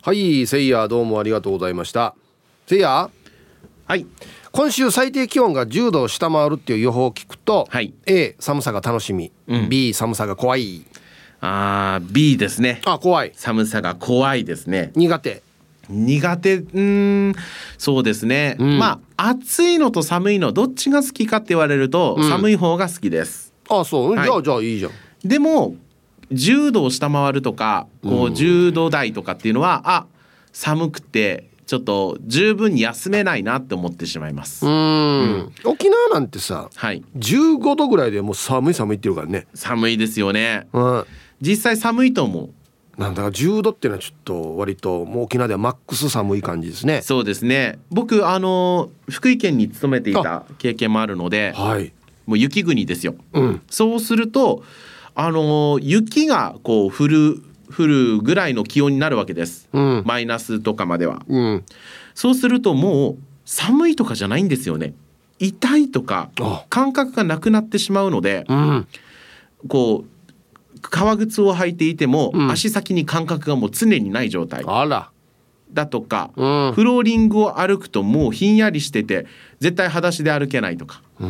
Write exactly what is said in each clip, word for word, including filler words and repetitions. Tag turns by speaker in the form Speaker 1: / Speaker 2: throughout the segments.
Speaker 1: はい、せいやどうもありがとうございました。せいや、
Speaker 2: はい、
Speaker 1: 今週最低気温がじゅうどを下回るっていう予報を聞くと、
Speaker 2: はい、
Speaker 1: A 寒さが楽しみ、うん、B 寒さが怖い。
Speaker 2: あー B ですね。
Speaker 1: あ、怖い。
Speaker 2: 寒さが怖いですね。
Speaker 1: 苦手。
Speaker 2: 苦手、うーん、そうですね、うん、まあ暑いのと寒いのどっちが好きかって言われると、うん、寒い方が好きです。
Speaker 1: あ、そう、はい、じゃあじゃあいいじゃん。
Speaker 2: でもじゅうどを下回るとかこうじゅうど台とかっていうのは、あ、寒くてちょっと十分に休めないなって思ってしまいます。
Speaker 1: うーん、うん、沖縄なんてさ、
Speaker 2: はい、
Speaker 1: じゅうごどぐらいでもう寒い寒いって言うからね。
Speaker 2: 寒いですよね、
Speaker 1: うん、
Speaker 2: 実際寒いと思う。
Speaker 1: なんだかじゅうどっていうのはちょっと割ともう沖縄ではマックス寒い感じですね。
Speaker 2: そうですね。僕あの福井県に勤めていた経験もあるので、はい、もう雪国ですよ、うん、そうするとあの雪がこう降る降るぐらいの気温になるわけです、うん、マイナスとかまでは、うん、そうするともう寒いとかじゃないんですよね。痛いとか感覚がなくなってしまうので、うん、こう革靴を履いていても、うん、足先に感覚がもう常にない状態
Speaker 1: あら
Speaker 2: だとか、うん、フローリングを歩くともうひんやりしてて絶対裸足で歩けないとか。
Speaker 1: うん、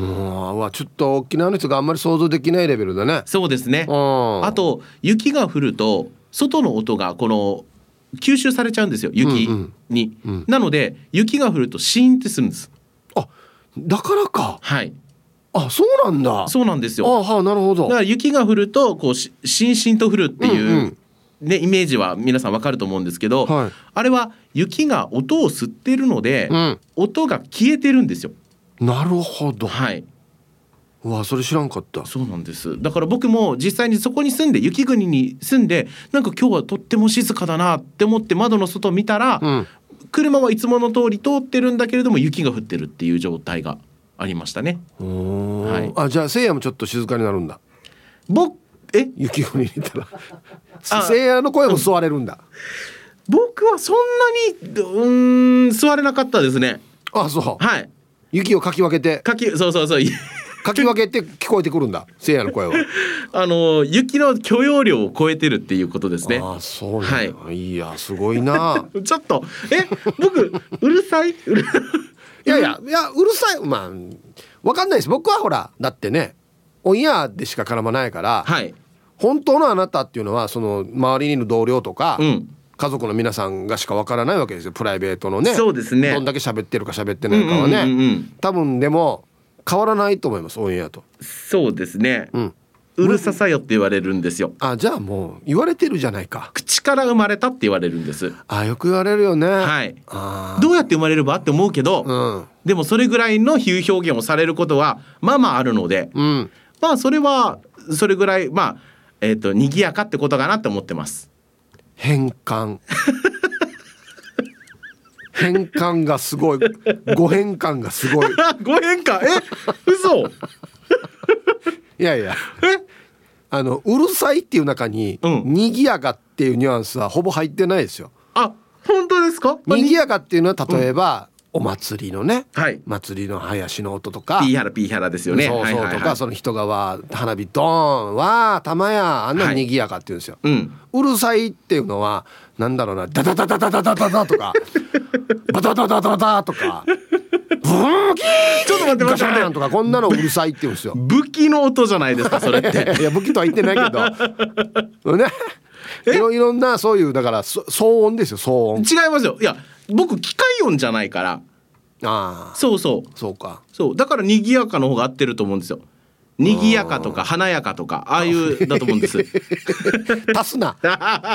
Speaker 1: わ、ちょっと沖縄の人があんまり想像できないレベルだね。
Speaker 2: そうですね。あと雪が降ると外の音がこの吸収されちゃうんですよ、雪に、うんうん、なので雪が降るとシーンってするんです。
Speaker 1: あ、だからか。
Speaker 2: はい。
Speaker 1: あ、そうなんだ。
Speaker 2: そうなんですよ。
Speaker 1: あ、はあ、なるほど。
Speaker 2: だから雪が降るとこうししんしんと降るっていう、うんうんね、イメージは皆さんわかると思うんですけど、はい、あれは雪が音を吸ってるので、うん、音が消えてるんですよ。
Speaker 1: なるほど。
Speaker 2: はい。
Speaker 1: うわ、それ知らんかった。
Speaker 2: そうなんです。だから僕も実際にそこに住んで雪国に住んでなんか今日はとっても静かだなって思って窓の外見たら、うん、車はいつもの通り通ってるんだけれども雪が降ってるっていう状態がありましたね。
Speaker 1: はい、あ、じゃあせいやもちょっと静かになるんだ。
Speaker 2: 僕え
Speaker 1: 雪国にいたらせいやの声も吸われるんだ、
Speaker 2: うん、僕はそんなにうーん吸われなかったですね。
Speaker 1: あ、そう。
Speaker 2: はい。
Speaker 1: 雪をかき分けて
Speaker 2: かきそうそうそう
Speaker 1: かき分けて聞こえてくるんだ、せいやの声は。あ
Speaker 2: の雪の許容量を超えてるっていうことですね。
Speaker 1: あ、そうね、はい、いやすごいな
Speaker 2: ちょっとえ僕うるさいい
Speaker 1: やいやいやうるさい、まあ分かんないです。僕はほらだってねオンエアでしか絡まないから、はい、本当のあなたっていうのはその周りにいる同僚とか、うん、家族の皆さんがしかわからないわけですよ。プライベートのね。
Speaker 2: そうですね。
Speaker 1: どんだけ喋ってるか喋ってないかはね、うんうんうんうん、多分でも変わらないと思います、オンエアと。
Speaker 2: そうですね、うん、うるささよって言われるんですよ。
Speaker 1: あ、じゃあもう言われてるじゃないか。
Speaker 2: 口から生まれたって言われるんです。
Speaker 1: あ、よく言われるよね。
Speaker 2: はい。あ、どうやって生まれればって思うけど、うん、でもそれぐらいの比喩表現をされることはまあまああるので、うん、まあそれはそれぐらいまあえっと賑やかってことかなって思ってます。
Speaker 1: 変換変換がすごい。ご変換がすごい。
Speaker 2: ご変換、え、嘘。
Speaker 1: いやいや、え、あのうるさいっていう中に、うん、賑やかっていうニュアンスはほぼ入ってないですよ。
Speaker 2: あ、本当ですか。
Speaker 1: 賑やかっていうのは例えば、うん、お祭りのね、はい、祭りの囃子の音とか
Speaker 2: ピーハラピーハラですよね。
Speaker 1: そうそうとか、はいはいはい、その人がわ花火ドーンわー玉やあんなに賑やかっていうんですよ、はい、うん、うるさいっていうのはなんだろうな、ダダダダダダダダダとかバタダダダダとかブーキー
Speaker 2: ちょっと待って待って待って
Speaker 1: とかこんなのうるさいって言うんですよ。
Speaker 2: 武器の音じゃないですかそれって。
Speaker 1: いや武器とは言ってないけどね、いろいろんなそういうだから騒音ですよ、騒音。
Speaker 2: 違いますよ。いや僕機械音じゃないから。
Speaker 1: ああ、
Speaker 2: そうそう
Speaker 1: そうか、
Speaker 2: そうだから賑やかの方が合ってると思うんですよ。賑やかとか華やかとかああいうだと思うんです。
Speaker 1: 足すな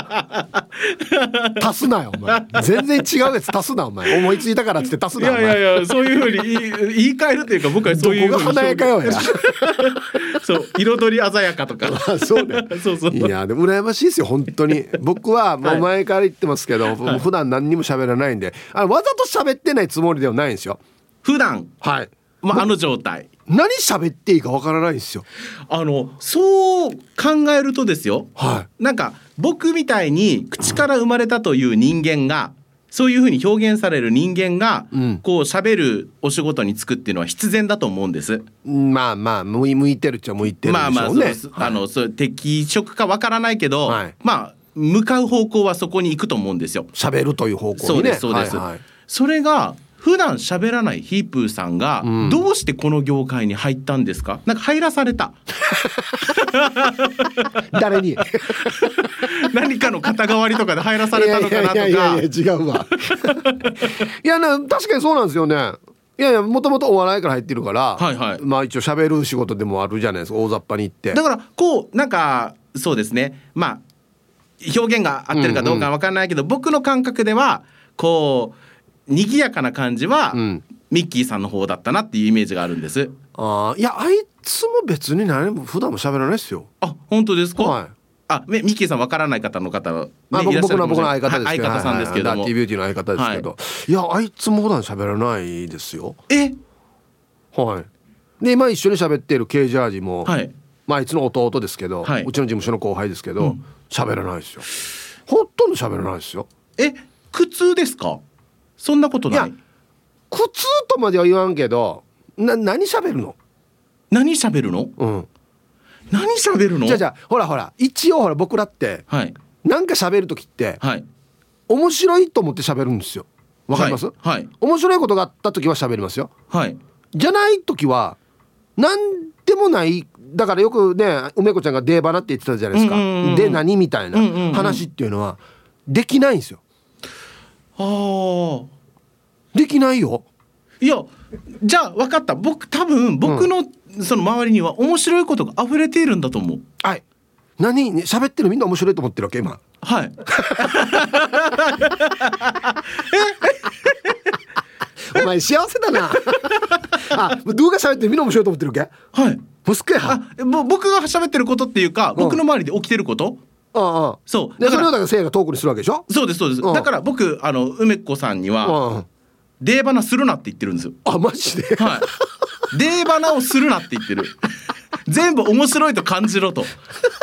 Speaker 1: 足すなよお前、全然違うやつ足すなお前、思いついたからっつって足すな。
Speaker 2: いやいやいや、そういう風に言い、言い換えるというか僕はそういう
Speaker 1: どこが華やかよや
Speaker 2: そう彩り鮮やかとか
Speaker 1: そうねそうそう、いやでも羨ましいですよ本当に。僕はもう前から言ってますけど、はい、普段何にも喋らないんで、あわざと喋ってないつもりではないんですよ
Speaker 2: 普段。はい、まあ、あの状態
Speaker 1: 何喋っていいかわからないんですよ。
Speaker 2: あのそう考えるとですよ、はい、なんか僕みたいに口から生まれたという人間が、うん、そういう風に表現される人間が、うん、こう喋るお仕事に就くっていうのは必然だと思うんです。
Speaker 1: まあまあ向いてるっちゃ向いてるでしょうね。
Speaker 2: まあまあそう、はい、あのそう適職かわからないけど、はい、まあ向かう方向はそこに行くと思うんですよ。
Speaker 1: 喋るという方向にね。
Speaker 2: そうですそうです、はいはい、それが普段喋らないヒープーさんがどうしてこの業界に入ったんですか？なんか入らされた
Speaker 1: 誰に
Speaker 2: 何かの肩代わりとかで入らされたのかなとか。いやいやいやいや
Speaker 1: 違うわいやな、確かにそうなんですよね。いやいや、もともとお笑いから入ってるから、はいはい、まあ一応喋る仕事でもあるじゃないですか、大雑把に言って。
Speaker 2: だからこうなんかそうですね、まあ表現が合ってるかどうかは分かんないけど、うんうん、僕の感覚ではこう賑やかな感じは、うん、ミッキーさんの方だったなっていうイメージがあるんです。
Speaker 1: あ、いや、あいつも別に何も普段も喋らないですよ。
Speaker 2: あ、本当ですか？はい。あ、ミッキーさん分からない方の方、ね、あ、僕の
Speaker 1: 僕の相方ですけど、
Speaker 2: 相方さんですけども、
Speaker 1: ダッティビューティーの相方ですけど、はい、いや、あいつも普段喋らないですよ。
Speaker 2: え、
Speaker 1: はい。で今一緒に喋っているケージャージも、はい、まああいつの弟ですけど、はい、うちの事務所の後輩ですけど喋、うん、らないですよ。ほとんど喋らないですよ。
Speaker 2: え、苦痛ですか？そんなことない。いや、
Speaker 1: 苦痛とまでは言わんけど、な、何喋るの？
Speaker 2: 何喋るの？うん。何喋るの？
Speaker 1: じゃあじゃあほらほら、一応ほら僕らって、はい、なんか喋る時って、はい、面白いと思って喋るんですよ。わかります？はいはい、面白いことがあった時は喋りますよ。はい。じゃない時は何でもない。だからよくね、梅子ちゃんがデーバナって言ってたじゃないですか、うんうんうん、で何みたいな話っていうのはできないんですよ。
Speaker 2: ああ、
Speaker 1: できないよ。
Speaker 2: いや、じゃあ分かった。僕多分僕のその周りには面白いことが溢れているんだと思う。
Speaker 1: はい。何喋ってるみんな面白いと思ってるわけ今。
Speaker 2: はい
Speaker 1: お前幸せだなあ、動画喋ってるみんな面白いと思ってるわけ。はい。もすっかや。
Speaker 2: あ、もう僕が喋ってることっていうか、僕の周りで起きてること、ああ、そうだから、それを
Speaker 1: だからせいがトークにするわけでしょ。
Speaker 2: そうですそうです。だから僕あの梅子さんにはデーバナするなって言ってるんですよ。
Speaker 1: あ、マジで。
Speaker 2: はい。デーバナをするなって言ってる全部面白いと感じろと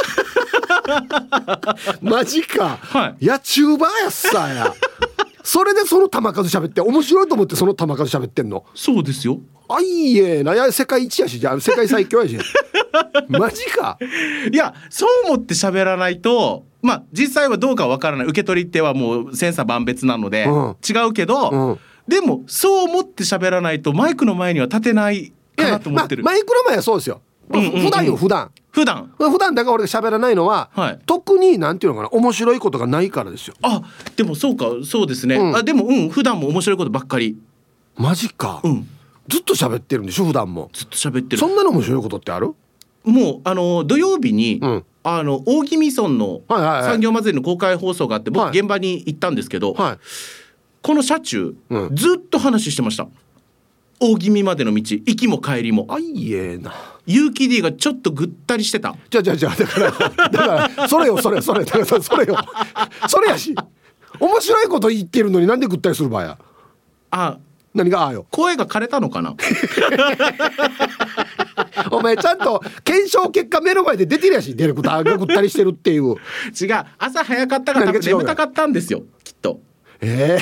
Speaker 1: マジか、はい、やチューバーやっさやそれでその球数喋って面白いと思ってその球数喋ってんの。
Speaker 2: そうですよ。
Speaker 1: あ、いいえな、や世界一やし、じゃあ世界最強やしマジか。
Speaker 2: いや、そう思って喋らないと、まあ実際はどうかわからない、受け取り手はもう千差万別なので、うん、違うけど、うん、でもそう思って喋らないとマイクの前には立てないかなと思ってる。
Speaker 1: まあ、マイクの前はそうですよ、うんうんうん、普段よ普段
Speaker 2: 普段
Speaker 1: 普段だから俺が喋らないのは、はい、特になんていうのかな、面白いことがないからですよ。
Speaker 2: あ、でもそうか、そうですね、うん、あ、でもうん普段も面白いことばっかり。
Speaker 1: マジか、うん、ずっと喋ってるんでしょ普段も。
Speaker 2: ずっと喋ってる。
Speaker 1: そんなの面白いことってある？
Speaker 2: もうあの土曜日に、うん、あの大宜味村の産業祭りの公開放送があって、僕、はい、現場に行ったんですけど、はい、この車中、うん、ずっと話してました。大宜味までの道、行きも帰りも。
Speaker 1: あ、いえな。
Speaker 2: ユーキーディーがちょっとぐったりしてた。
Speaker 1: じゃじゃじゃだからだからそれよそれそれだからそれよそれやし、面白いこと言ってるのになんでぐったりする場合や。
Speaker 2: あ、
Speaker 1: 何があよ。
Speaker 2: 声が枯れたのかな
Speaker 1: お前ちゃんと検証結果目の前で出てるやし、ディレクターがぐったりしてるっていう。違う、
Speaker 2: 朝早かったから多分眠たかったんですよきっと。え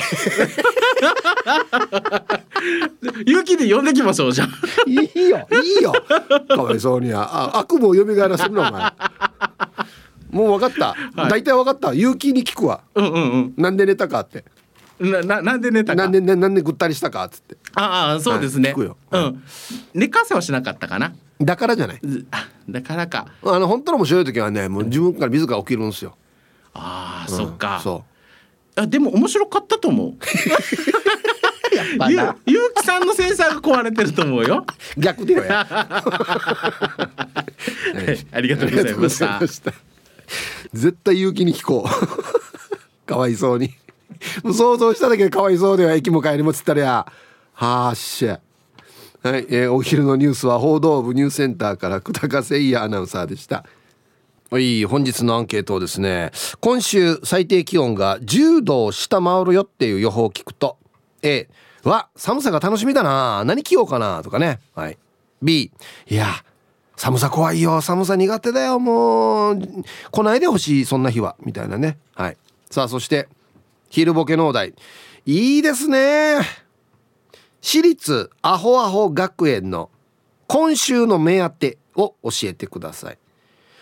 Speaker 2: ー、勇気で呼んできましょう。じゃあ
Speaker 1: いいよいいよ、かわいそうには。あ、悪夢を蘇らせるのお前。もう分かった、はい、大体分かった。勇気に聞くわ、うんうんうん、なんで寝たかって。
Speaker 2: な, な, なんで寝たか、
Speaker 1: なんでなんでぐったりしたかっつって。
Speaker 2: ああ、そうですね、
Speaker 1: はい、聞くよ、
Speaker 2: うん、寝かせはしなかったかな。
Speaker 1: だからじゃない。
Speaker 2: あ、だからか。
Speaker 1: あの本当の面白い時はね、もう自分から自ら起きるんですよ。
Speaker 2: ああ、うん、そっか。
Speaker 1: そう。
Speaker 2: あ、でも面白かったと思うやっぱな、ゆうきさんのセンサーが壊れてると思うよ。
Speaker 1: 逆でよや
Speaker 2: ありがとうございました。
Speaker 1: 絶対勇気に聞こうかわいそうに想像しただけでかわいそうでは、駅も帰りもつったらやはーっしゃ。はい、えー、お昼のニュースは報道部ニュースセンターから久高誠也アナウンサーでした。はい、本日のアンケートをですね、今週最低気温がじゅうどを下回るよっていう予報を聞くと、 A は寒さが楽しみだな、何着ようかなとかね、はい、B いや寒さ怖いよ、寒さ苦手だよ、もう来ないでほしいそんな日はみたいなね。はい、さあそして昼ボケのお題、いいですね、私立アホアホ学園の今週の目当てを教えてください。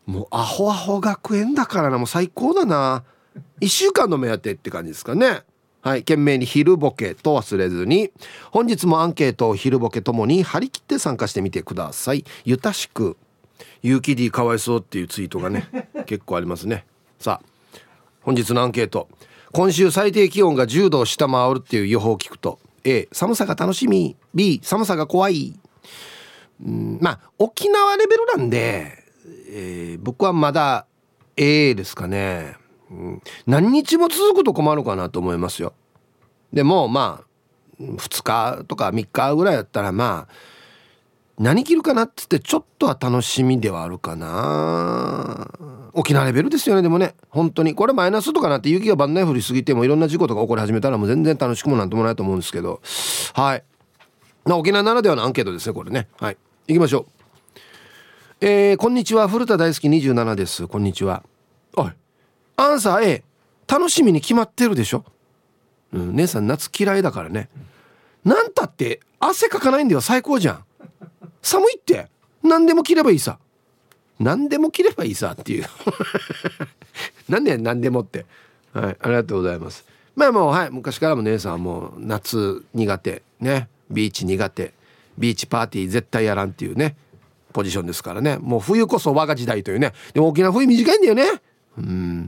Speaker 1: もうアホアホ学園だからな、もう最高だな。いっしゅうかんの目当てって感じですかね。はい、懸命に昼ボケと忘れずに、本日もアンケートを昼ボケともに張り切って参加してみてください。ゆたしく。ゆうき D かわいそうっていうツイートがね結構ありますね。さあ本日のアンケート、今週最低気温がじゅうどを下回るっていう予報を聞くと A 寒さが楽しみ、 B 寒さが怖い。うん、まあ沖縄レベルなんで、えー、僕はまだ A ですかね。うん、何日も続くと困るかなと思いますよ。でもまあふつかとかみっかぐらいだったらまあ何着るかなっつってちょっとは楽しみではあるかな。沖縄レベルですよね。でもね本当にこれマイナスとかなって雪が万内降りすぎてもいろんな事故とか起こり始めたらもう全然楽しくもなんともないと思うんですけど、はい、沖縄ならではのアンケートですねこれね。はい行きましょう。えー、こんにちは、古田大好きにじゅうななです。こんにちは。おいアンサー A、 楽しみに決まってるでしょ、うん、姉さん夏嫌いだからね。なんたって汗かかないんだよ、最高じゃん。寒いって何でも着ればいいさ、何でも着ればいいさっていうなんで何でもって、はい、ありがとうございます。まあもうはい昔からも姉さんはもう夏苦手ね、ビーチ苦手、ビーチパーティー絶対やらんっていうねポジションですからね。もう冬こそ我が時代というね。でも沖縄冬短いんだよね。うん。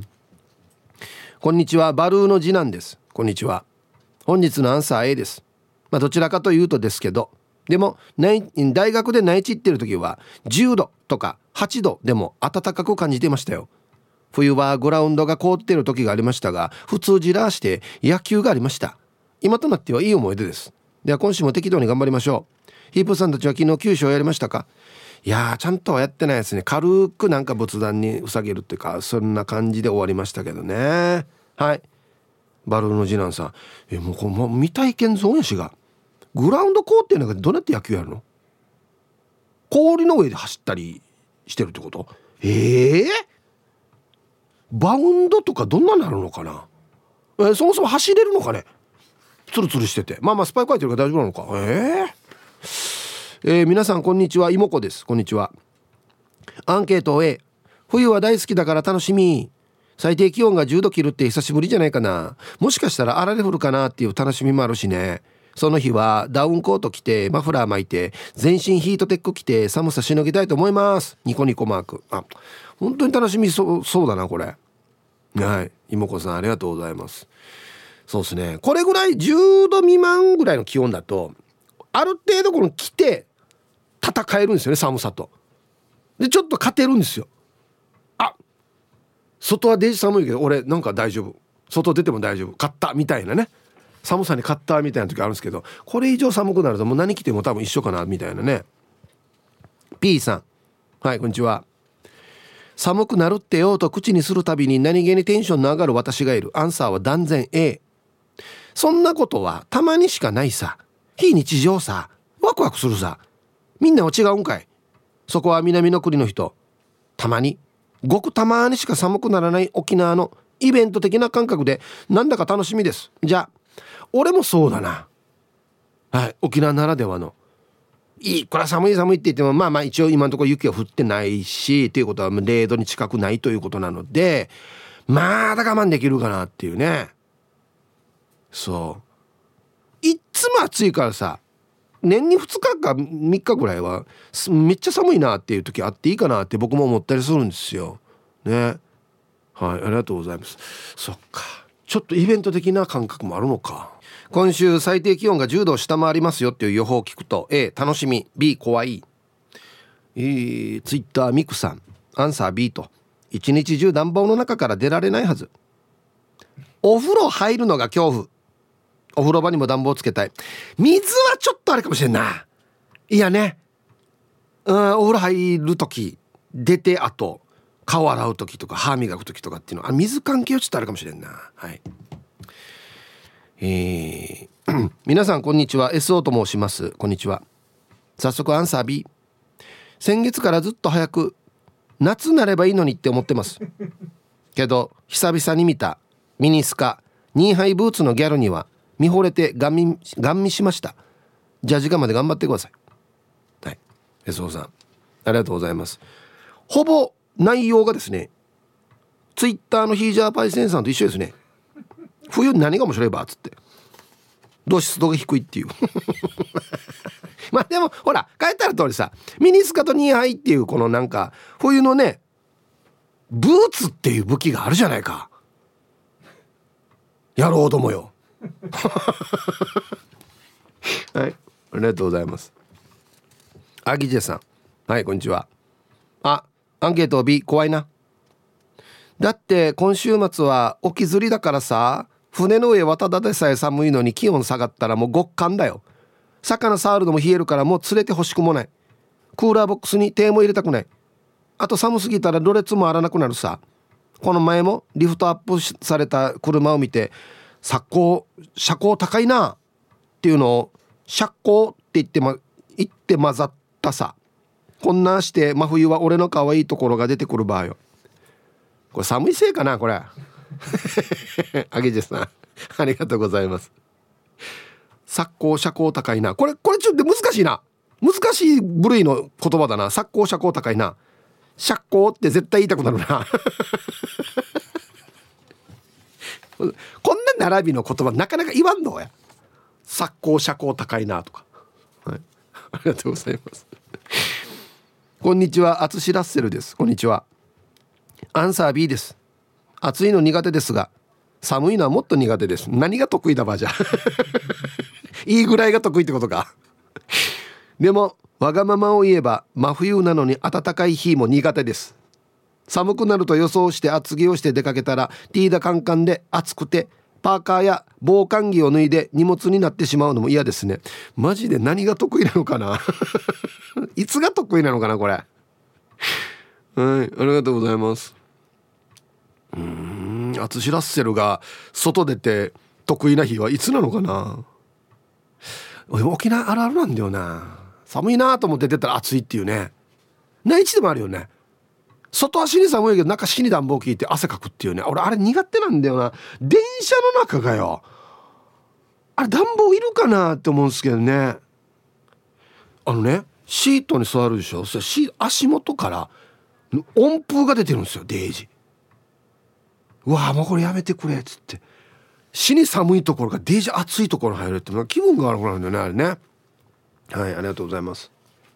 Speaker 1: こんにちは、バルーの次男です。こんにちは。本日のアンサー A です。まあどちらかというとですけど、でも大学で内地行ってる時はじゅうどとかはちどでも暖かく感じてましたよ。冬はグラウンドが凍ってる時がありましたが、普通じらーして野球がありました。今となってはいい思い出です。では今週も適当に頑張りましょう。ヒープさんたちは昨日九州をやりましたか？いやーちゃんとはやってないですね。軽くなんか仏壇にうさげるっていうかそんな感じで終わりましたけどね。はい、バルーンの次男さん、えもうこう未体験ゾーンやしがグラウンド凍ってる中でどうやって野球やるの？氷の上で走ったりしてるってこと？ええー、バウンドとかどんなになるのかな。えー、そもそも走れるのかね。ツルツルしてて、まあまあスパイク入ってるから大丈夫なのか。えーえー、皆さんこんにちは、妹子です。こんにちは。アンケート A、 冬は大好きだから楽しみ。最低気温がじゅうど切るって久しぶりじゃないかな。もしかしたらあられ降るかなっていう楽しみもあるしね。その日はダウンコート着てマフラー巻いて全身ヒートテック着て寒さしのぎたいと思います。ニコニコマーク。あ、本当に楽しみそう、そうだなこれ。はい、妹子さんありがとうございます。そうですね、これぐらいじゅうど未満ぐらいの気温だとある程度この着て戦えるんですよね、寒さと。でちょっと勝てるんですよ。あ、外はデージ寒いけど俺なんか大丈夫、外出ても大丈夫、勝ったみたいなね、寒さに勝ったみたいな時あるんですけど、これ以上寒くなるともう何着ても多分一緒かなみたいなね。 P さん、はいこんにちは。寒くなるってよと口にするたびに何気にテンションの上がる私がいる。アンサーは断然 A。 そんなことはたまにしかないさ、非日常さ、ワクワクするさ。みんなは違うんかい。そこは南の国の人、たまにごくたまにしか寒くならない沖縄のイベント的な感覚でなんだか楽しみです。じゃあ俺もそうだな。はい、沖縄ならではのいいこれは寒い寒いって言ってもまあまあ一応今のところ雪は降ってないしということはれいどに近くないということなので、まだ我慢できるかなっていうね。そういっつも暑いからさ、年にふつかかみっかぐらいはめっちゃ寒いなっていう時あっていいかなって僕も思ったりするんですよね。はい、ありがとうございます。そっか、ちょっとイベント的な感覚もあるのか。今週最低気温がじゅうどを下回りますよっていう予報を聞くと A 楽しみ、 B 怖い。えー、ツイッターミクさん、アンサー B と、一日中暖房の中から出られないはず。お風呂入るのが恐怖。お風呂場にも暖房つけたい。水はちょっとあれかもしれんな。いやね、うん、お風呂入る時出てあと顔洗う時とか歯磨く時とかっていうのは水関係はちょっとあるかもしれんな。はい、えー、皆さんこんにちは、 エスオー と申します。こんにちは。早速アンサー B。 先月からずっと早く夏なればいいのにって思ってますけど久々に見たミニスカニーハイブーツのギャルには見惚れてガン見、ガン見しました。じゃあ時間まで頑張ってください。はい、エスオー さんありがとうございます。ほぼ内容がですね、ツイッターのヒージャーパイセンさんと一緒ですね。冬に何が面白いばっつって、どう湿度が低いっていうまあでもほら書いてある通りさ、ミニスカとニーハイっていうこのなんか冬のねブーツっていう武器があるじゃないか。やろうともよはい、ありがとうございます。アギジェさん、はい、こんにちは。あ、アンケート B 怖いな。だって今週末は沖釣りだからさ、船の上はただでさえ寒いのに気温下がったらもう極寒だよ。魚触るのも冷えるからもう連れてほしくもない。クーラーボックスに手も入れたくない。あと寒すぎたらろれつも回らなくなるさ。この前もリフトアップされた車を見て、車高車高高いなっていうのを車高って言ってま言って混ざったさ。こんなして真冬は俺の可愛いところが出てくる場合よ。これ寒いせいかなこれあげじさんありがとうございます。錯高車高高いな、これこれちょっと難しいな、難しい部類の言葉だな。錯高車高高いな、車高って絶対言いたくなるなこんな並びの言葉なかなか言わんのや。錯高車高高いなとか、はい、ありがとうございますこんにちは、あつしラッセルです。こんにちは。アンサー B です。暑いの苦手ですが寒いのはもっと苦手です。何が得意だばじゃいいぐらいが得意ってことかでもわがままを言えば真冬なのに暖かい日も苦手です。寒くなると予想して厚着をして出かけたらティーダカンカンで暑くてパーカーや防寒着を脱いで荷物になってしまうのも嫌ですね。マジで何が得意なのかないつが得意なのかなこれ。はい、ありがとうございます。うーん、アツシラッセルが外出て得意な日はいつなのかな。沖縄あるあるなんだよな。寒いなと思って出たら暑いっていうね。内地でもあるよね。外は死に寒いけど中死に暖房効いて汗かくっていうね。俺あれ苦手なんだよな。電車の中がよ、あれ暖房いるかなって思うんですけどね。あのね、シートに座るでしょ。それ足元から温風が出てるんですよ、デイジ。うわもうこれやめてくれっつって、死に寒いところがデイジ暑いところに入るって気分が悪くなるんだよね、あれね。はい、ありがとうございます。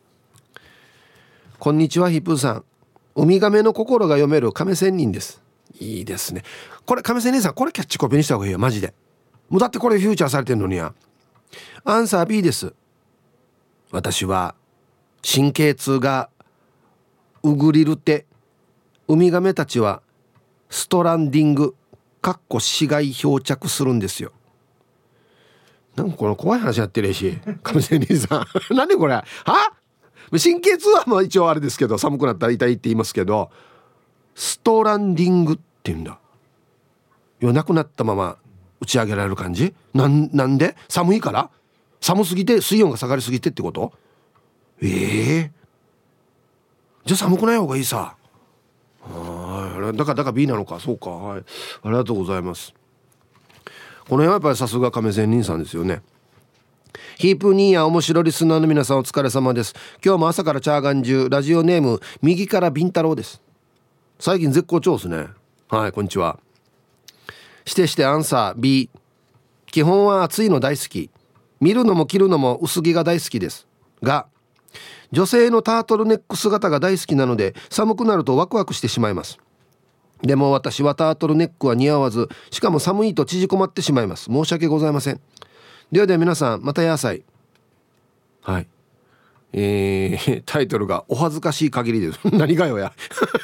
Speaker 1: こんにちは、ヒップーさん。ウミガメの心が読める亀仙人です。いいですね。これ亀仙人さん、これキャッチコピーにした方がいいよマジで。もうだってこれフューチャーされてるのにや。アンサー B です。私は神経痛がウグリルテ、ウミガメたちはストランディングかっこ死骸漂着するんですよ。なんかこの怖い話やってるし亀仙人さん何これは。神経痛はまあ一応あれですけど、寒くなったら痛いって言いますけど、ストランディングって言うんだ。要はなくなったまま打ち上げられる感じ。なん、なんで寒いから、寒すぎて水温が下がりすぎてってこと。ええー、じゃあ寒くない方がいいさ。はい、だからだから B なのか。そうか、はい、ありがとうございます。この辺はやっぱりさすが亀仙人さんですよね。ヒープニーや面白リスナーの皆さんお疲れ様です。今日も朝からチャーガン中、ラジオネーム右からビンタロウです。最近絶好調ですね。はい、こんにちは。してしてアンサー B。 基本は暑いの大好き、見るのも着るのも薄着が大好きですが、女性のタートルネック姿が大好きなので寒くなるとワクワクしてしまいます。でも私はタートルネックは似合わず、しかも寒いと縮こまってしまいます。申し訳ございません。ではでは皆さんまた野菜。はい、えー、タイトルがお恥ずかしい限りです何がよや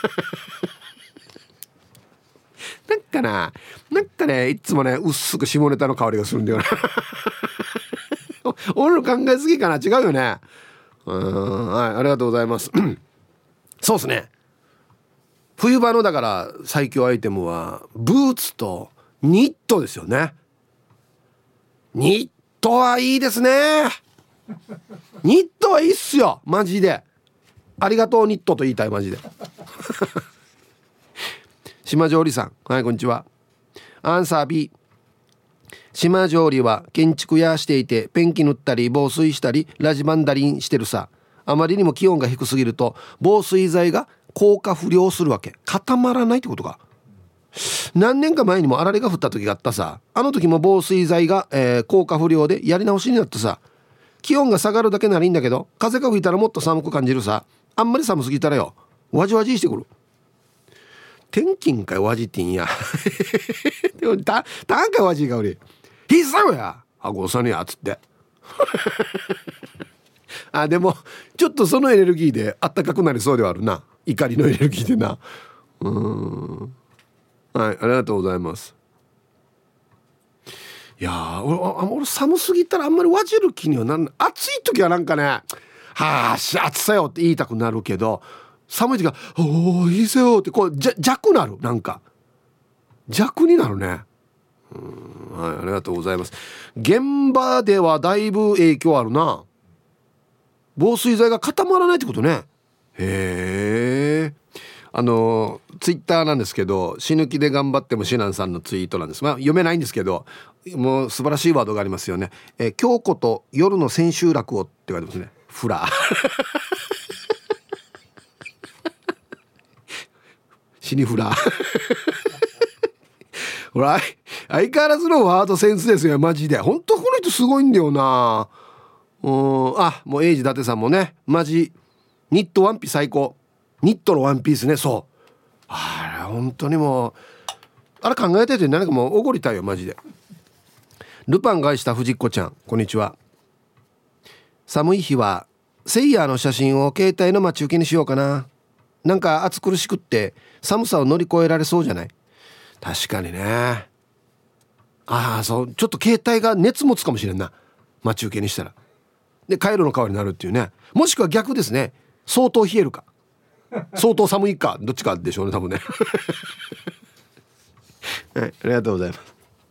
Speaker 1: なんかな、なんかね、いつもね薄く下ネタの香りがするんだよな俺の考えすぎかな。違うよね。うん、はい、ありがとうございますそうですね、冬場のだから最強アイテムはブーツとニットですよね。ニットはいいですね。ニットはいいっすよマジで。ありがとうニットと言いたいマジで島上里さん、はい、こんにちは。アンサー B。 島上里は建築屋していてペンキ塗ったり防水したりラジバンダリンしてるさ。あまりにも気温が低すぎると防水剤が降下不良するわけ。固まらないってことか。何年か前にもあられが降った時があったさ。あの時も防水剤が、えー、降下不良でやり直しになってさ、気温が下がるだけならいいんだけど、風が吹いたらもっと寒く感じるさ。あんまり寒すぎたらよ、わじわじしてくる。天気んかいわじってんやでもたたんかいわじいかおりひっさよやあごさねやつってあでもちょっとそのエネルギーであったかくなりそうではあるな。怒りのエネルギーでな。うーん、はい、ありがとうございます。いやー 俺, 俺寒すぎたらあんまりわじる気にはなんない。暑い時はなんかね、はあし暑さよって言いたくなるけど、寒い時はおーいいぜよってこうじゃ弱なる、なんか弱になるね。うん、はい、ありがとうございます。現場ではだいぶ影響あるな。防水剤が固まらないってことね。へえ。あのツイッターなんですけど、死ぬ気で頑張ってもシナンさんのツイートなんです。まあ読めないんですけど、もう素晴らしいワードがありますよね。えー、京子と夜の千秋楽をって書いてますね。フラ死にフラほら相変わらずのワードセンスですよマジで。本当この人すごいんだよな。うん、あもうエイジ伊達さんもね、マジニットワンピ最高。ニットのワンピースね。そうあれ本当にもうあれ考えてて何かもうおごりたいよマジで。ルパンが愛した藤子ちゃん、こんにちは。寒い日はセイヤーの写真を携帯の待ち受けにしようかな。なんか暑苦しくって寒さを乗り越えられそうじゃない。確かにね。ああそうちょっと携帯が熱持つかもしれんな、待ち受けにしたら。でカイロの代わりになるっていうね。もしくは逆ですね、相当冷えるか相当寒いかどっちかでしょうね多分ねはい、ありがとうございます。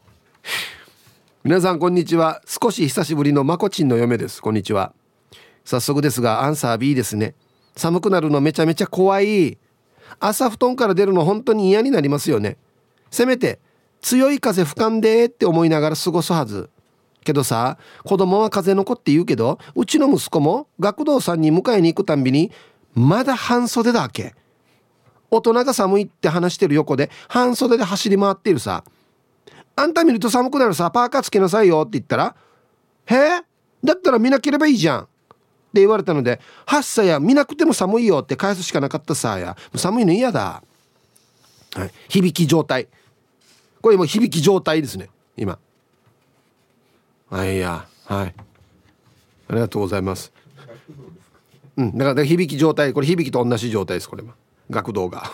Speaker 1: 皆さんこんにちは。少し久しぶりのまこちんの嫁です。こんにちは。早速ですがアンサー B ですね。寒くなるのめちゃめちゃ怖い。朝布団から出るの本当に嫌になりますよね。せめて強い風吹かんでって思いながら過ごすはずけどさ、子供は風の子って言うけど、うちの息子も学童さんに迎えに行くたんびにまだ半袖だっけ。大人が寒いって話してる横で半袖で走り回っているさ。あんた見ると寒くなるさ、パーカーつけなさいよって言ったら、へえだったら見なければいいじゃんって言われたので、はっさや見なくても寒いよって返すしかなかったさや。寒いの嫌だ、はい、響き状態。これもう響き状態ですね今。はいやはいありがとうございます。うんだから響き状態、これ響きと同じ状態です。これは学童が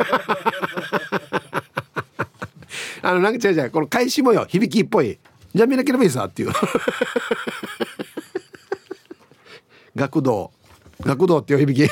Speaker 1: あのなんか違う違う、この返しもよ響きっぽい。じゃあ見なければいいさっていう学童学童っていう響き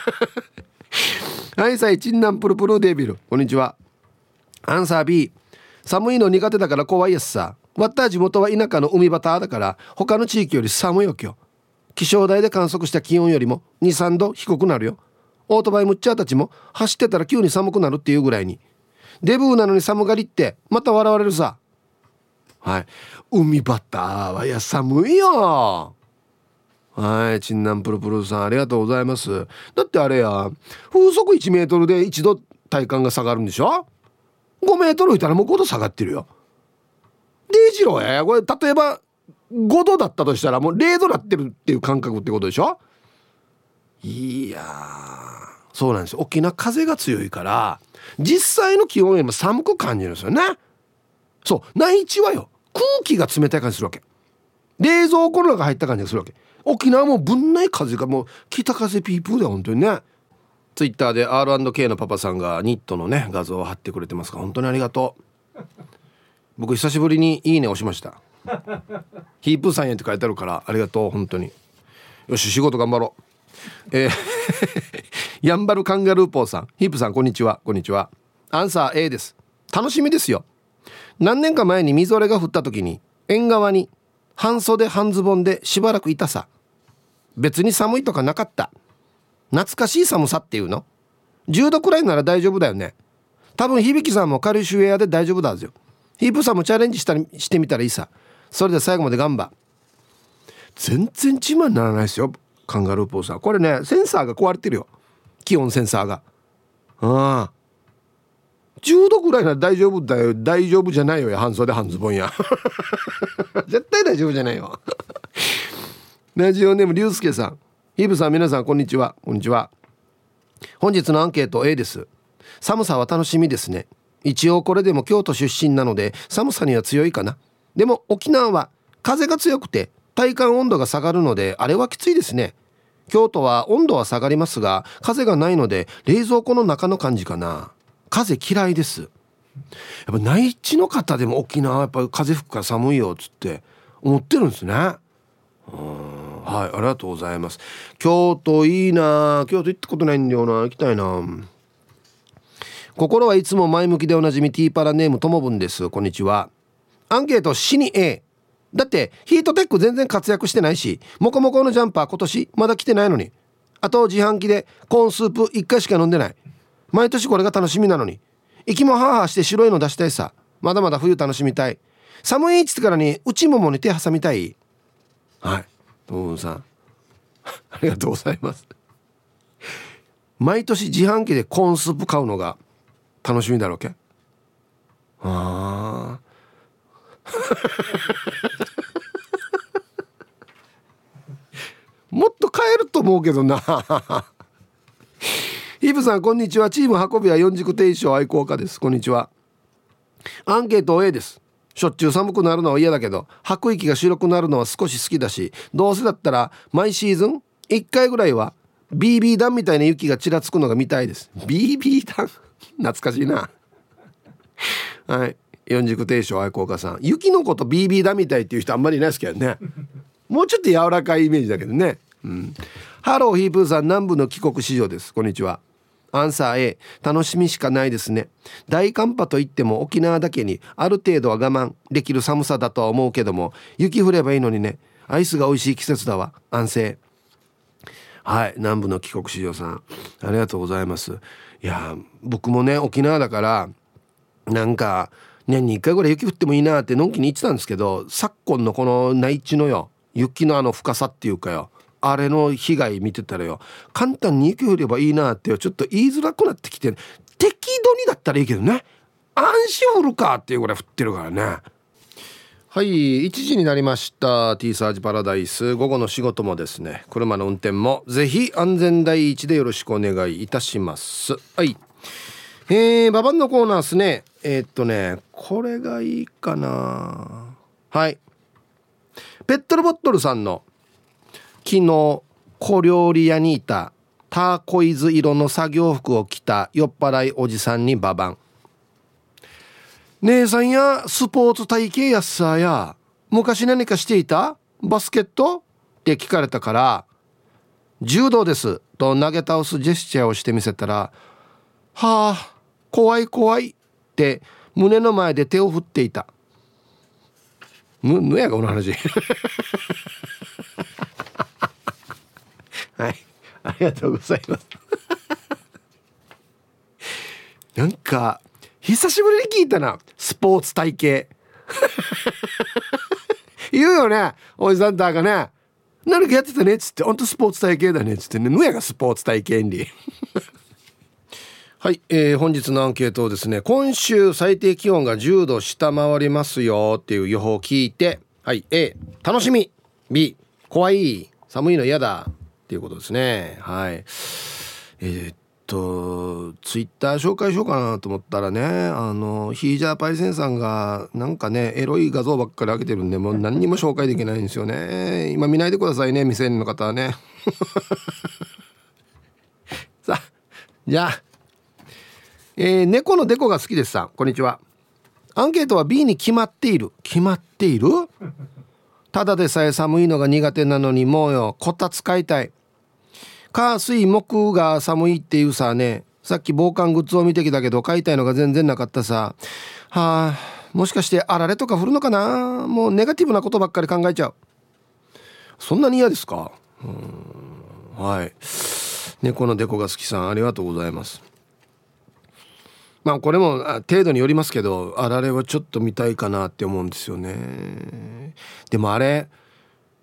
Speaker 1: はいさいチンナンプルプルデビル、こんにちは。アンサー B。 寒いの苦手だから怖いやつさ。わった地元は田舎の海端だから他の地域より寒いよ今日。気象台で観測した気温よりも にさんど低くなるよ。オートバイムッチャーたちも走ってたら急に寒くなるっていうぐらいに。デブーなのに寒がりってまた笑われるさ。はい、海バターはいや寒いよ。はい、チンナンプルプルさんありがとうございます。だってあれや風速いちメートルで一度体感が下がるんでしょ。ごメートルいたらもうごど下がってるよ。デイジローやこれ例えばごどだったとしたらもうれいどなってるっていう感覚ってことでしょ。いやーそうなんですよ。沖縄風が強いから実際の気温よりも寒く感じるんですよね。そう内地はよ空気が冷たい感じするわけ。冷蔵庫の中入った感じがするわけ。沖縄もぶんない風がもう北風ピープーで本当にね。ツイッターで アールアンドケー のパパさんがニットのね画像を貼ってくれてますから本当にありがとう。僕久しぶりにいいね押しました。ヒープーさんへって書いてあるからありがとう本当に。よし仕事頑張ろう。えー、やんばるカンガルーポーさん、ヒープさんこんにちは。こんにちは。アンサー A です。楽しみですよ。何年か前にみぞれが降った時に縁側に半袖半ズボンでしばらくいたさ。別に寒いとかなかった。懐かしい寒さっていうの。じゅうどくらいなら大丈夫だよね。多分響さんも軽いシュウェアで大丈夫だはずよ。ヒープさんもチャレンジしたりしてみたらいいさ。それで最後まで頑張。全然自慢にならないですよカンガルーポーさん。これねセンサーが壊れてるよ。気温センサーがああじゅうどぐらいなら大丈夫だよ。大丈夫じゃないよや半袖半ズボンや絶対大丈夫じゃないよラジオネームりゅうすけさん、ヒブさん、皆さんこんにちは。こんにちは。本日のアンケート A です。寒さは楽しみですね。一応これでも京都出身なので寒さには強いかな。でも沖縄は風が強くて体感温度が下がるのであれはきついですね。京都は温度は下がりますが風がないので冷蔵庫の中の感じかな。風嫌いです。やっぱ内地の方でも沖縄はやっぱり風吹くから寒いよっつって思ってるんですね。うん、はい、ありがとうございます。京都いいな。京都行ったことないんだよな。行きたいな。心はいつも前向きでおなじみティーパラネームともぶんです。こんにちは。アンケート死に A。 だってヒートテック全然活躍してないしモコモコのジャンパー今年まだ着てないのに、あと自販機でコーンスープいっかいしか飲んでない。毎年これが楽しみなのに息もハーハーして白いの出したいさ。まだまだ冬楽しみたい。寒いっつってからに内ももに手挟みたい。はい、ともぶんさんありがとうございます。毎年自販機でコーンスープ買うのが楽しみだろうけ。あもっと買えると思うけどなイブさんこんにちは。チーム運びは四軸定称愛好家です。こんにちは。アンケート A です。しょっちゅう寒くなるのは嫌だけど吐く息が白くなるのは少し好きだし、どうせだったら毎シーズンいっかいぐらいは ビービー 弾みたいな雪がちらつくのが見たいです。 ビービー 弾懐かしいなはい、四軸定称愛好家さん、雪のこと ビービー 弾みたいっていう人あんまりいないですけどねもうちょっと柔らかいイメージだけどね、うん、ハローヒープーさん、南部の帰国子女です。こんにちは。アンサー A。 楽しみしかないですね。大寒波といっても沖縄だけにある程度は我慢できる寒さだとは思うけども、雪降ればいいのにね。アイスが美味しい季節だわ。安静。はい、南部の帰国子女さん、ありがとうございます。いや僕もね沖縄だからなんか年にいっかいぐらい雪降ってもいいなってのんきに言ってたんですけど、昨今のこの内地のよ雪のあの深さっていうかよ、あれの被害見てたらよ、簡単に雪降ればいいなってちょっと言いづらくなってきて、適度にだったらいいけどね、安心降るかっていうぐらい降ってるからね。はい、いちじになりました。 T サージパラダイス、午後の仕事もですね、車の運転もぜひ安全第一でよろしくお願いいたします。はい、えー、ババンのコーナーですね。えー、っとねこれがいいかな。はい、ペットルボットルさんの昨日小料理屋にいたターコイズ色の作業服を着た酔っ払いおじさんにババン。姉さんやスポーツ体型やっさや昔何かしていた？バスケット？って聞かれたから柔道ですと投げ倒すジェスチャーをしてみせたら、はあ怖い怖いって胸の前で手を振っていた。ぬ、ぬやがこの話はい、ありがとうございますなんか久しぶりに聞いたな、スポーツ体型言うよね、おじさんたがね、何かやってたねっつって、ほんとスポーツ体型だねっつってね、ぬやがスポーツ体型にはい、えー、本日のアンケートをですね、今週最低気温がじゅうど下回りますよっていう予報を聞いて、はい、 A 楽しみ、 B 怖い寒いの嫌だっていうことですね。はい、えー、っとツイッター紹介しようかなと思ったらね、あのヒージャーパイセンさんがなんかねエロい画像ばっかり上げてるんで、もう何にも紹介できないんですよね。今見ないでくださいね、未成年の方はねさあじゃあ、えー、猫のデコが好きですさん、こんにちは。アンケートは B に決まっている。決まっているただでさえ寒いのが苦手なのにもうよこたつ買いたい。火水木が寒いっていうさね、さっき防寒グッズを見てきたけど買いたいのが全然なかったさ。はあ、もしかしてあられとか降るのかな。もうネガティブなことばっかり考えちゃう。そんなに嫌ですか？うーん、はい、猫のデコが好きさん、ありがとうございます。まあこれも程度によりますけど、あられはちょっと見たいかなって思うんですよね。でもあれ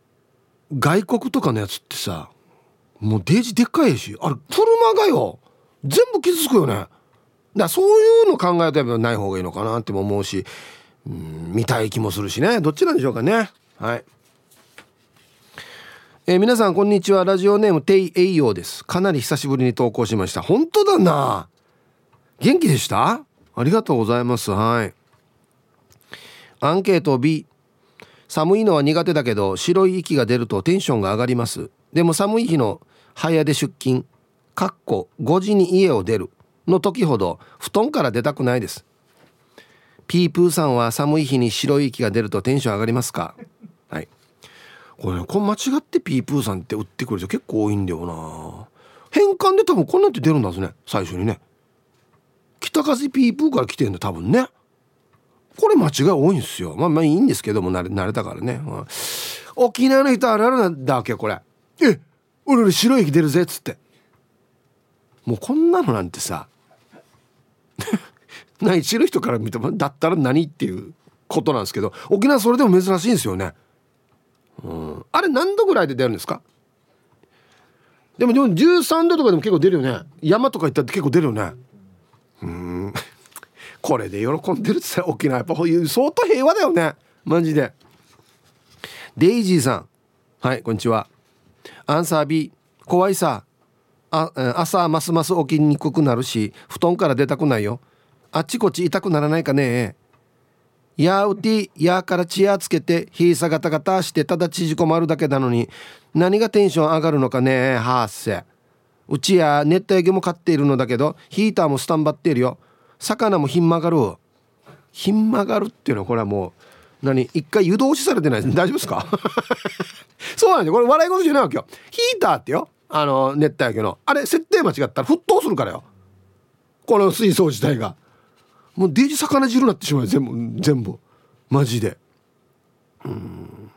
Speaker 1: 外国とかのやつってさ、もうデージでっかいし、あれ車がよ全部傷つくよね。だからそういうの考えたらない方がいいのかなっても思うし、うん、見たい気もするしね。どっちなんでしょうかね。はい、えー、皆さんこんにちは。ラジオネームテイエイヨーです。かなり久しぶりに投稿しました。本当だな。元気でした？ありがとうございます。はい。アンケート B。 寒いのは苦手だけど白い息が出るとテンションが上がります。でも寒い日の早出出勤かっこごじに家を出るの時ほど布団から出たくないです。ピープーさんは寒い日に白い息が出るとテンション上がりますか？はい。これね、これ間違ってピープーさんって打ってくる人結構多いんだよな。変換で多分こんなんって出るんですね。最初にね、北風ピープーから来てるんだ多分ね。これ間違い多いんですよ。まあまあいいんですけども、慣れ、慣れたからね、まあ、沖縄の人あるあるなんだわけこれ。え、俺俺白い息出るぜっつって、もうこんなのなんてさない知る人から見てもだったら何っていうことなんですけど、沖縄それでも珍しいんですよね。うん、あれ何度ぐらいで出るんですか？でもでもじゅうさんどとかでも結構出るよね。山とか行ったって結構出るよね。うーんこれで喜んでるってさ、沖縄やっぱ相当平和だよねマジで。デイジーさん、はい、こんにちは。アンサー B。 怖いさあ、朝ますます起きにくくなるし布団から出たくないよ。あっちこっち痛くならないかね。やうてやからチアつけてひいさガタガタしてただ縮こまるだけなのに何がテンション上がるのかね。はーせ。うちや熱帯魚も飼っているのだけどヒーターもスタンバっているよ。魚もひん曲がる。ひん曲がるっていうのはこれはもう何、一回湯通しされてない大丈夫ですかそうなんですよ。これ笑い事じゃないわけよ。ヒーターってよ、あの熱帯魚のあれ設定間違ったら沸騰するからよ、この水槽自体が。もうデージ魚汁になってしまうよ全部全部マジで。うーん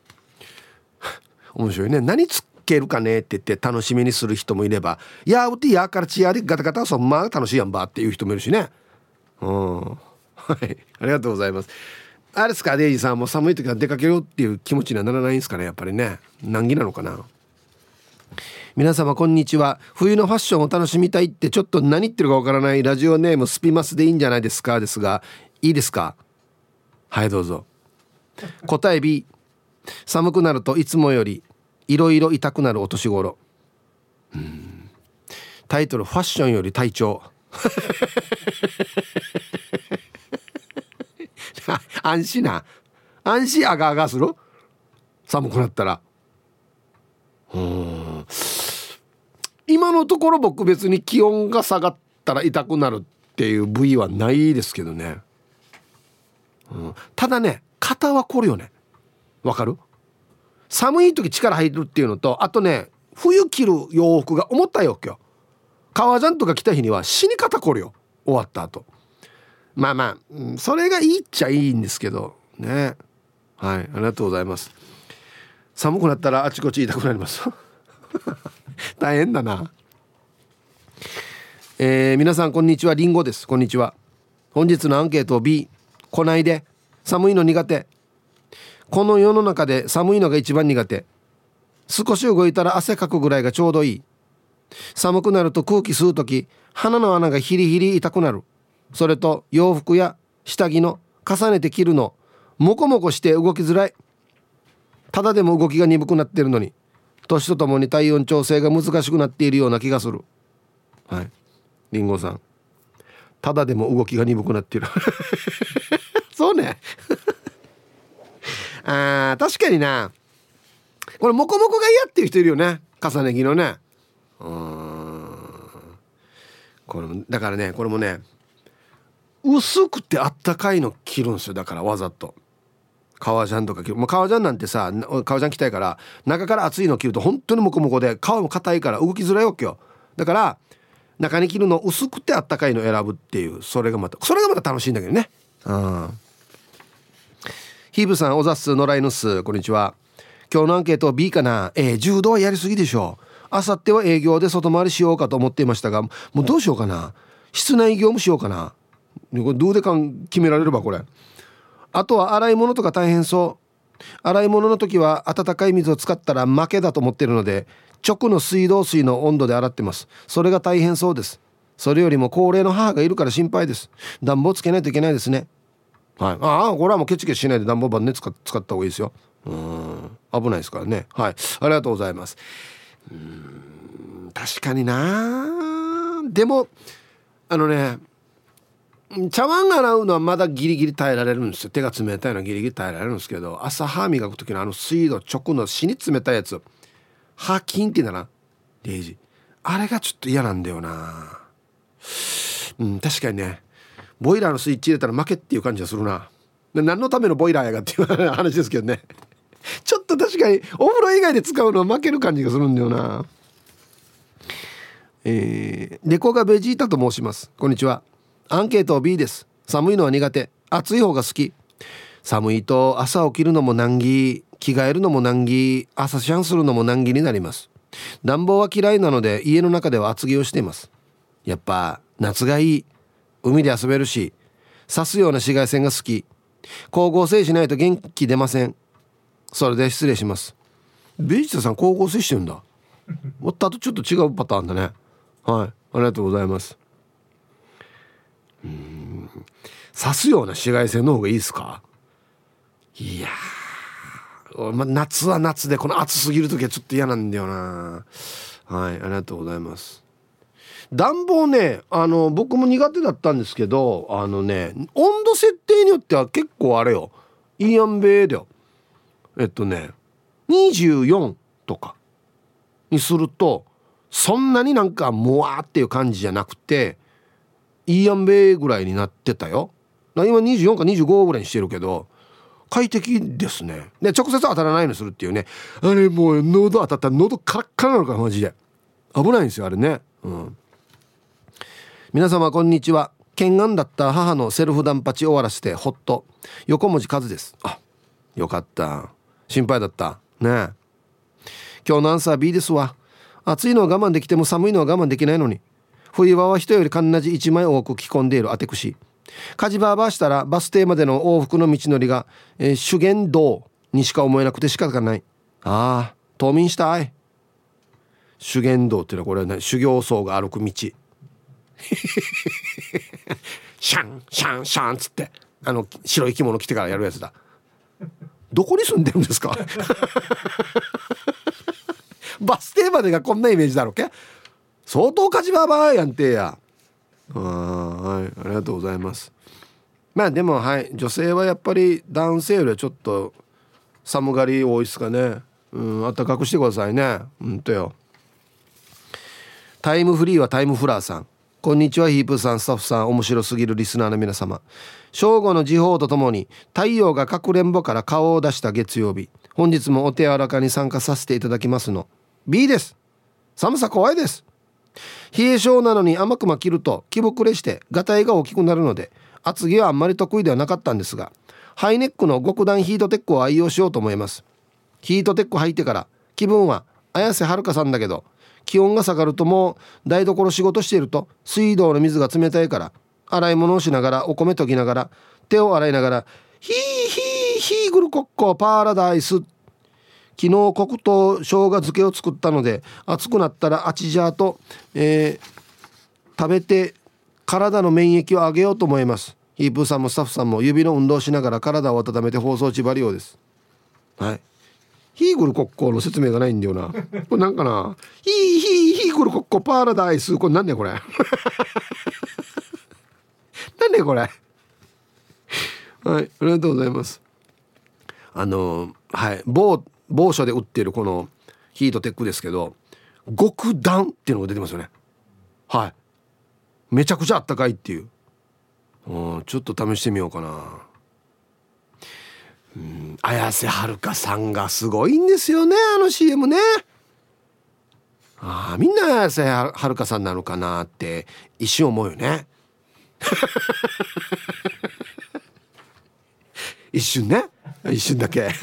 Speaker 1: 面白いね。何つけるかねって言って楽しみにする人もいれば、いやうてやからチアでガタガタそんまあ楽しいやんばっていう人もいるしね。うんはいありがとうございます。あれですか、デイジーさんも寒い時は出かけようっていう気持ちにはならないんですかね。やっぱりね、難儀なのかな。皆様こんにちは。冬のファッションを楽しみたいってちょっと何言ってるかわからないラジオネームスピマスでいいんじゃないですかですが、いいですか？はいどうぞ。答え B。 寒くなるといつもよりいろいろ痛くなるお年頃。うーんタイトルファッションより体調安心な安心あがあがする寒くなったら。うーん今のところ僕別に気温が下がったら痛くなるっていう部位はないですけどね、うん、ただね肩は凝るよね。わかる？寒い時力入るっていうのと、あとね冬着る洋服が重たいわけよ。革ジャンとか着た日には死に肩凝るよ終わった後。まあまあ、うん、それがいいっちゃいいんですけどね。はいありがとうございます。寒くなったらあちこち痛くなります大変だな。えー、皆さんこんにちは。リンゴです。こんにちは。本日のアンケート B。 来ないで。寒いの苦手。この世の中で寒いのが一番苦手。少し動いたら汗かくぐらいがちょうどいい。寒くなると空気吸うとき鼻の穴がヒリヒリ痛くなる。それと洋服や下着の重ねて着るのモコモコして動きづらい。ただでも動きが鈍くなっているのに年とともに体温調整が難しくなっているような気がする。はいリンゴさん、ただでも動きが鈍くなっているそうねあー確かにな。これモコモコが嫌っていう人いるよね、重ね着のね。うーんこれもだからね、これもね薄くてあったかいの着るんですよ。だからわざと革ジャンとか着る。もう革ジャンなんてさ、革ジャン着たいから中から厚いの着ると本当にモコモコで皮も硬いから動きづらいわけよ。だから中に着るの薄くてあったかいの選ぶっていう、それがまたそれがまた楽しいんだけどね。うんヒーブさん、おざっす、野良犬す、こんにちは。今日のアンケート B かな。えー、柔道はやりすぎでしょ。あさっては営業で外回りしようかと思っていましたが、もうどうしようかな。室内業務しようかな。どうでかん決められればこれ。あとは洗い物とか大変そう。洗い物の時は温かい水を使ったら負けだと思っているので直の水道水の温度で洗ってます。それが大変そうです。 それよりも高齢の母がいるから心配です。暖房つけないといけないですね。はい、ああこれはもうケチケチしないで暖房板ね使っ使った方がいいですよ。うん、危ないですからね。はい、ありがとうございます。うーん、確かにな。でもあのね、茶碗洗うのはまだギリギリ耐えられるんですよ。手が冷たいのはギリギリ耐えられるんですけど、朝歯磨く時のあの水道直の死に冷たいやつ、歯キンって言うんだな、レイジ、あれがちょっと嫌なんだよな。うん、確かにね、ボイラーのスイッチ入れたら負けっていう感じがするな。何のためのボイラーやがっていう話ですけどね。ちょっと確かにお風呂以外で使うのは負ける感じがするんだよな。えー、猫がベジータと申します。こんにちは。アンケート ビー です。寒いのは苦手、暑い方が好き。寒いと朝起きるのも難儀、着替えるのも難儀、朝シャンするのも難儀になります。暖房は嫌いなので家の中では厚着をしています。やっぱ夏がいい。海で遊べるし、刺すような紫外線が好き。光合成しないと元気出ません。それで失礼します。ベジタさん光合成してるんだ。またとちょっと違うパターンだね。はい、ありがとうございます。うーん、刺すような紫外線の方がいいですか。いやー、ま、夏は夏でこの暑すぎる時はちょっと嫌なんだよな。はい、ありがとうございます。暖房ね、あの僕も苦手だったんですけど、あのね、温度設定によっては結構あれよ、いいやんべーだよ。えっとねにじゅうよんとかにするとそんなになんかもわーっていう感じじゃなくて、いいやんべーぐらいになってたよ。今にじゅうよんかにじゅうごぐらいにしてるけど快適ですね。で直接当たらないようにするっていうね。あれもう喉当たったら喉カラッカラなのからマジで危ないんですよあれね。うん、皆様こんにちは。懸案だった母のセルフダンパチ終わらせてほっと、横文字数です。あ、よかった、心配だったね。今日のアンサー ビー ですわ。暑いのは我慢できても寒いのは我慢できないのに、冬場は人よりかんなじいちまい多く着込んでいるあてくし、火事バーバーしたらバス停までの往復の道のりが、えー、修験道にしか思えなくて仕方がない。ああ冬眠したい。修験道っていうのはこれは、ね、修行僧が歩く道。シャンシャンシャンつってあの白い着物着てからやるやつだ。どこに住んでるんですか。バス停までがこんなイメージだろうけ。相当火事バーバーやんてや。あ、はい、ありがとうございます。まあでもはい、女性はやっぱり男性よりはちょっと寒がり多いですかね。うん、暖かくしてくださいね。うんとよ。タイムフリーはタイムフラーさん、こんにちは。ヒープさん、スタッフさん、面白すぎるリスナーの皆様、正午の時報とともに太陽がかくれんぼから顔を出した月曜日、本日もお手柔らかに参加させていただきますの ビー です。寒さ怖いです。冷え性なのに甘くま着ると気膨れしてガタイが大きくなるので厚着はあんまり得意ではなかったんですが、ハイネックの極暖ヒートテックを愛用しようと思います。ヒートテック履いてから気分は綾瀬はるかさんだけど、気温が下がるともう台所仕事していると水道の水が冷たいから洗い物をしながらお米研ぎながら手を洗いながらヒーヒーヒーグルコッコパーラダイス。昨日黒糖生姜漬けを作ったので暑くなったらあちじゃーと、えー、食べて体の免疫を上げようと思います。ヒープーさんもスタッフさんも指の運動しながら体を温めて放送ちばりようです。はい、ヒーグルコッコの説明がないんだよな。これなんかな、ヒーヒーヒーグルコッコパーラダイス、これなんだよこれ。なんだよこれ。はい、ありがとうございます。あのはい某某所で売っているこのヒートテックですけど、極暖っていうのが出てますよね。はい、めちゃくちゃあったかいっていう。うん、ちょっと試してみようかな。うん、綾瀬はるかさんがすごいんですよね、あの シーエム ね。ああ、みんな綾瀬はるかさんなのかなって一瞬思うよね。一瞬ね、一瞬だけ。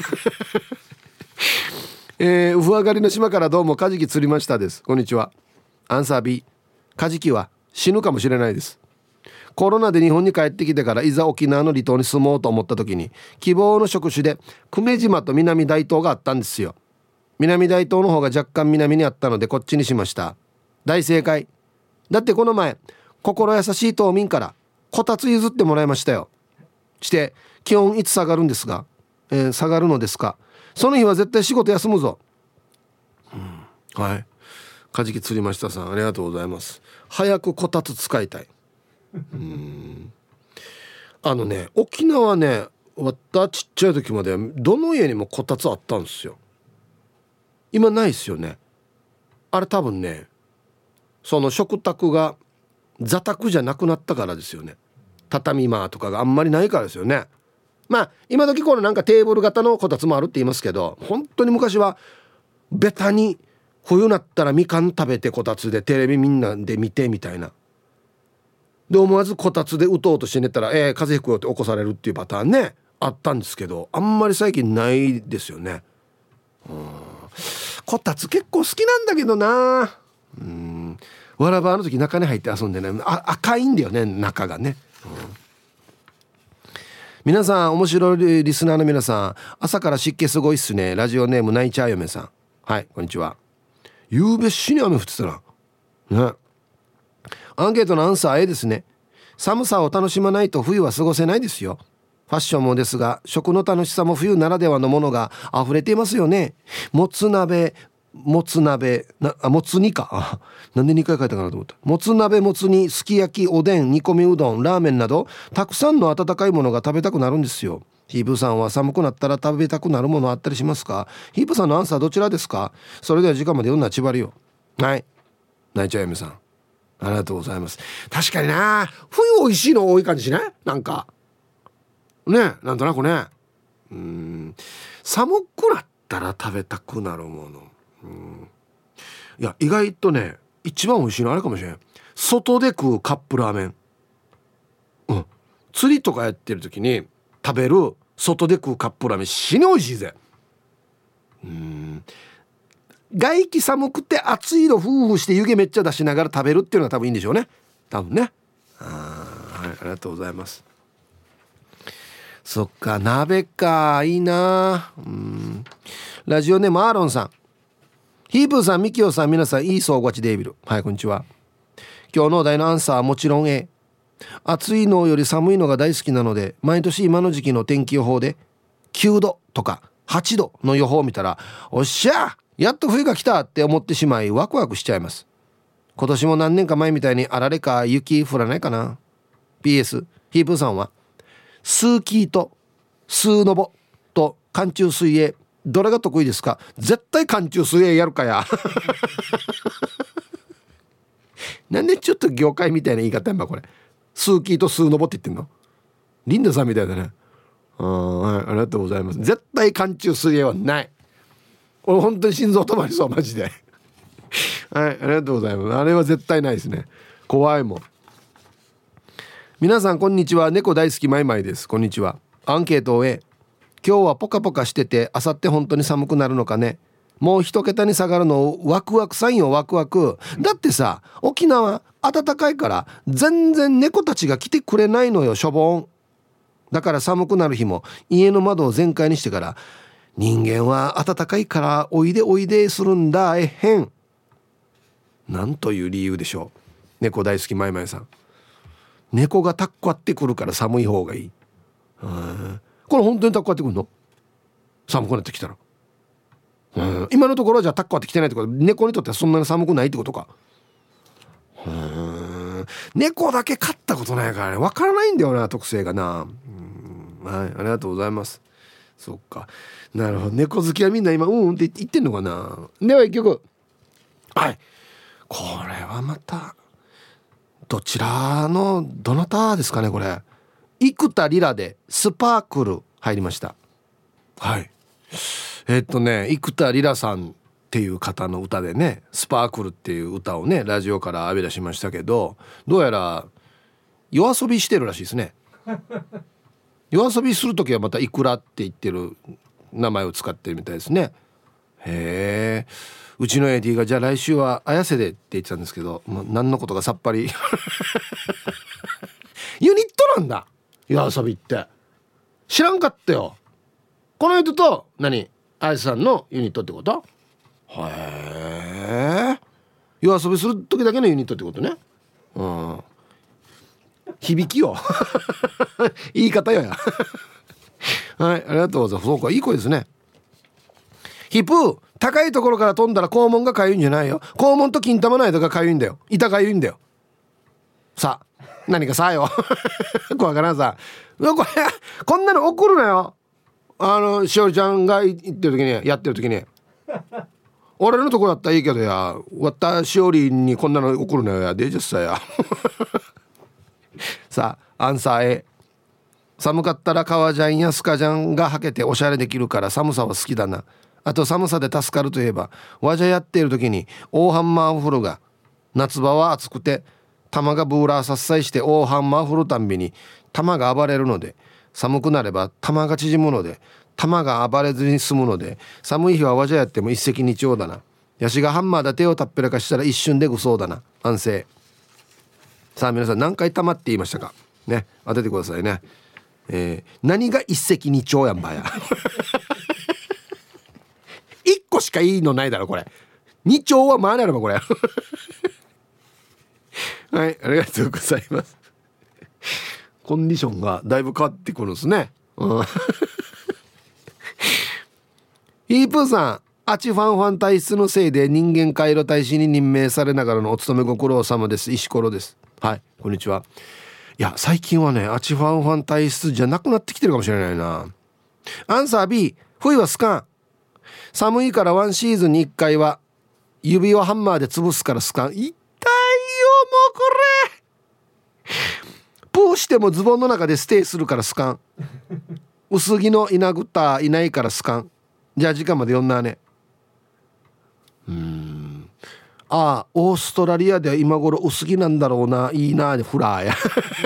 Speaker 1: えー、ウフ上がりの島からどうもカジキ釣りましたです。こんにちは。アンサー ビー、 カジキは死ぬかもしれないです。コロナで日本に帰ってきてからいざ沖縄の離島に住もうと思った時に希望の職種で久米島と南大東があったんですよ。南大東の方が若干南にあったのでこっちにしました。大正解。だってこの前心優しい島民からこたつ譲ってもらいましたよ。して気温いつ下がるんですが、えー、下がるのですか。その日は絶対仕事休むぞ、うん、はい。カジキ釣りましたさんありがとうございます。早くこたつ使いたい。うーんあのね沖縄ね、わったちっちゃい時までどの家にもこたつあったんですよ。今ないですよね。あれ多分ねその食卓が座卓じゃなくなったからですよね。畳間とかがあんまりないからですよね。まあ今時このなんかテーブル型のこたつもあるって言いますけど、本当に昔はベタに冬なったらみかん食べてこたつでテレビみんなで見てみたいなで、思わずこたつで打とうとして寝たらえー、風邪ひくよって起こされるっていうパターンねあったんですけど、あんまり最近ないですよね。うんこたつ結構好きなんだけどな。うんわらばの時中に入って遊んでね、あ赤いんだよね中がね、うん、皆さん面白いリスナーの皆さん朝から湿気すごいっすね。ラジオネーム泣いちゃう嫁さん、はいこんにちは。夕べ死に雨降ってたなね。アンケートのアンサー A ですね。寒さを楽しまないと冬は過ごせないですよ。ファッションもですが食の楽しさも冬ならではのものが溢れていますよね。もつ鍋もつ鍋なあもつ煮かあなんでにかい書いたかなと思った。もつ鍋もつ煮すき焼きおでん煮込みうどんラーメンなどたくさんの温かいものが食べたくなるんですよ。ヒープさんは寒くなったら食べたくなるものあったりしますか。ヒープさんのアンサーどちらですか。それでは時間まで読んだちばりよ。はい泣いちゃうやめさんありがとうございます。確かにな冬美味しいの多い感じしない。なんかねなんとなくね。うーん寒くなったら食べたくなるもの、うんいや意外とね一番美味しいのあれかもしれん。外で食うカップラーメン、うん、釣りとかやってる時に食べる外で食うカップラーメン死に美味しいぜ。うーん外気寒くて暑いのフーフーして湯気めっちゃ出しながら食べるっていうのが多分いいんでしょうね多分ね。あ、はい、ありがとうございます。そっか鍋かいいな。うんラジオネームアーロンさん、ヒープーさんミキオさん皆さんいい総合ちデイビル、はいこんにちは。今日のお題のアンサーはもちろん A。 暑いのより寒いのが大好きなので毎年今の時期の天気予報できゅうどとかはちどの予報を見たらおっしゃやっと冬が来たって思ってしまいワクワクしちゃいます。今年も何年か前みたいにあられか雪降らないかな。 ピーエス ヒープーさんはスーキーとスーノボと寒中水泳どれが得意ですか。絶対寒中水泳やるかやなんでちょっと業界みたいな言い方やんばこれ。スーキーとスーノボって言ってんのリンダさんみたいだね。あ、はい、ありがとうございます。絶対寒中水泳はない。俺本当に心臓止まりそうマジではいありがとうございます。あれは絶対ないですね。怖いもん。皆さんこんにちは。猫大好きマイマイです。こんにちは。アンケートを終え今日はポカポカしててあさって本当に寒くなるのかね。もう一桁に下がるのワクワクさんよワクワク。だってさ沖縄暖かいから全然猫たちが来てくれないのよしょぼん。だから寒くなる日も家の窓を全開にしてから人間は暖かいからおいでおいでするんだえへん。なんという理由でしょう。猫大好きマイマイさん。猫がタッコってくるから寒い方がいい。うんこれ本当にタッコってくるの寒くなってきたら。うん今のところはじゃあタッコってきてないってこと、猫にとってはそんなに寒くないってことか。うん猫だけ飼ったことないからねわからないんだよな特性がな。うんはいありがとうございます。そっかなるほど。猫好きはみんな今うんって言ってんのかな。では一曲。はいこれはまたどちらのどなたですかね。これ生田リラでスパークル入りました。はいえー、っとね生田リラさんっていう方の歌でねスパークルっていう歌をねラジオから浴び出しましたけど、どうやら夜遊びしてるらしいですね夜遊びするときはまたイクラって言ってる名前を使ってるみたいですね。へえうちの エーディー がじゃあ来週は綾瀬でって言ってたんですけど、もう何のことかさっぱりユニットなんだ夜遊びって知らんかったよ。この人と何綾瀬さんのユニットってこと。へえ夜遊びする時だけのユニットってことね。うん響きよ言い方よやはい、ありがとうございます。そうか、いい声ですね。ヒプー、高いところから飛んだら肛門がかゆいんじゃないよ。肛門と金玉の間がかゆいんだよ。板かゆいんだよ。さあ何かさよ怖がらんさ、これこんなの怒るなよ。あのしおりちゃんが言ってる時にやってる時に俺のとこだったらいいけどや、わたしおりにこんなの怒るなよやでじゃさやさあアンサー A、 寒かったら革ジャンやスカジャンが履けておしゃれできるから寒さは好きだな。あと寒さで助かるといえば、わじゃやっている時に大ハンマーお風呂が、夏場は暑くて玉がブーラー殺災して大ハンマー振るたんびに玉が暴れるので、寒くなれば玉が縮むので玉が暴れずに済むので、寒い日はわじゃやっても一石二鳥だな。ヤシがハンマーだ手をたっぺらかしたら一瞬でぐそうだな。安静。さあ皆さん何回玉って言いましたかね、当ててくださいね。えー、何が一石二鳥やんばや一個しかいいのないだろこれ。二鳥は回れればこれはい、ありがとうございます。コンディションがだいぶ変わってくるんですね、うん、ヒープーさん、アチファンファン体質のせいで人間回路大使に任命されながらのお勤めご苦労様です。石ころです。はい、こんにちは。いや最近はねアチファンファン体質じゃなくなってきてるかもしれないな。アンサー B、 冬はスカン。寒いからワンシーズンにいっかいは指をハンマーで潰すからスカン。痛いよもうこれ。プーしてもズボンの中でステイするからスカン。薄着の稲ぐったいないからスカン。じゃあ時間まで読んだね。うーん、ああオーストラリアでは今頃薄着なんだろうな。いいなフラーや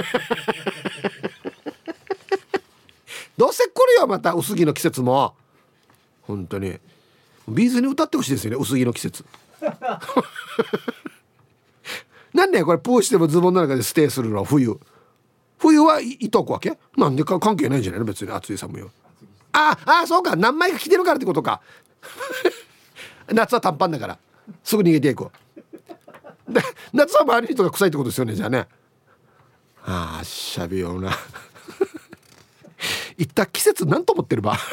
Speaker 1: どうせ来るよまた薄着の季節も。本当にビーズに歌ってほしいですよね、薄着の季節なんでこれプーしてもズボンの中でステイするのは冬。冬はいとくわけなんでか関係ないんじゃないの別に。暑い寒いよ。ああそうか、何枚か着てるからってことか夏は短パンだからすぐ逃げていくで夏は周りの人が臭いってことですよね。じゃあね、ああしゃべようないった季節なんと思ってれば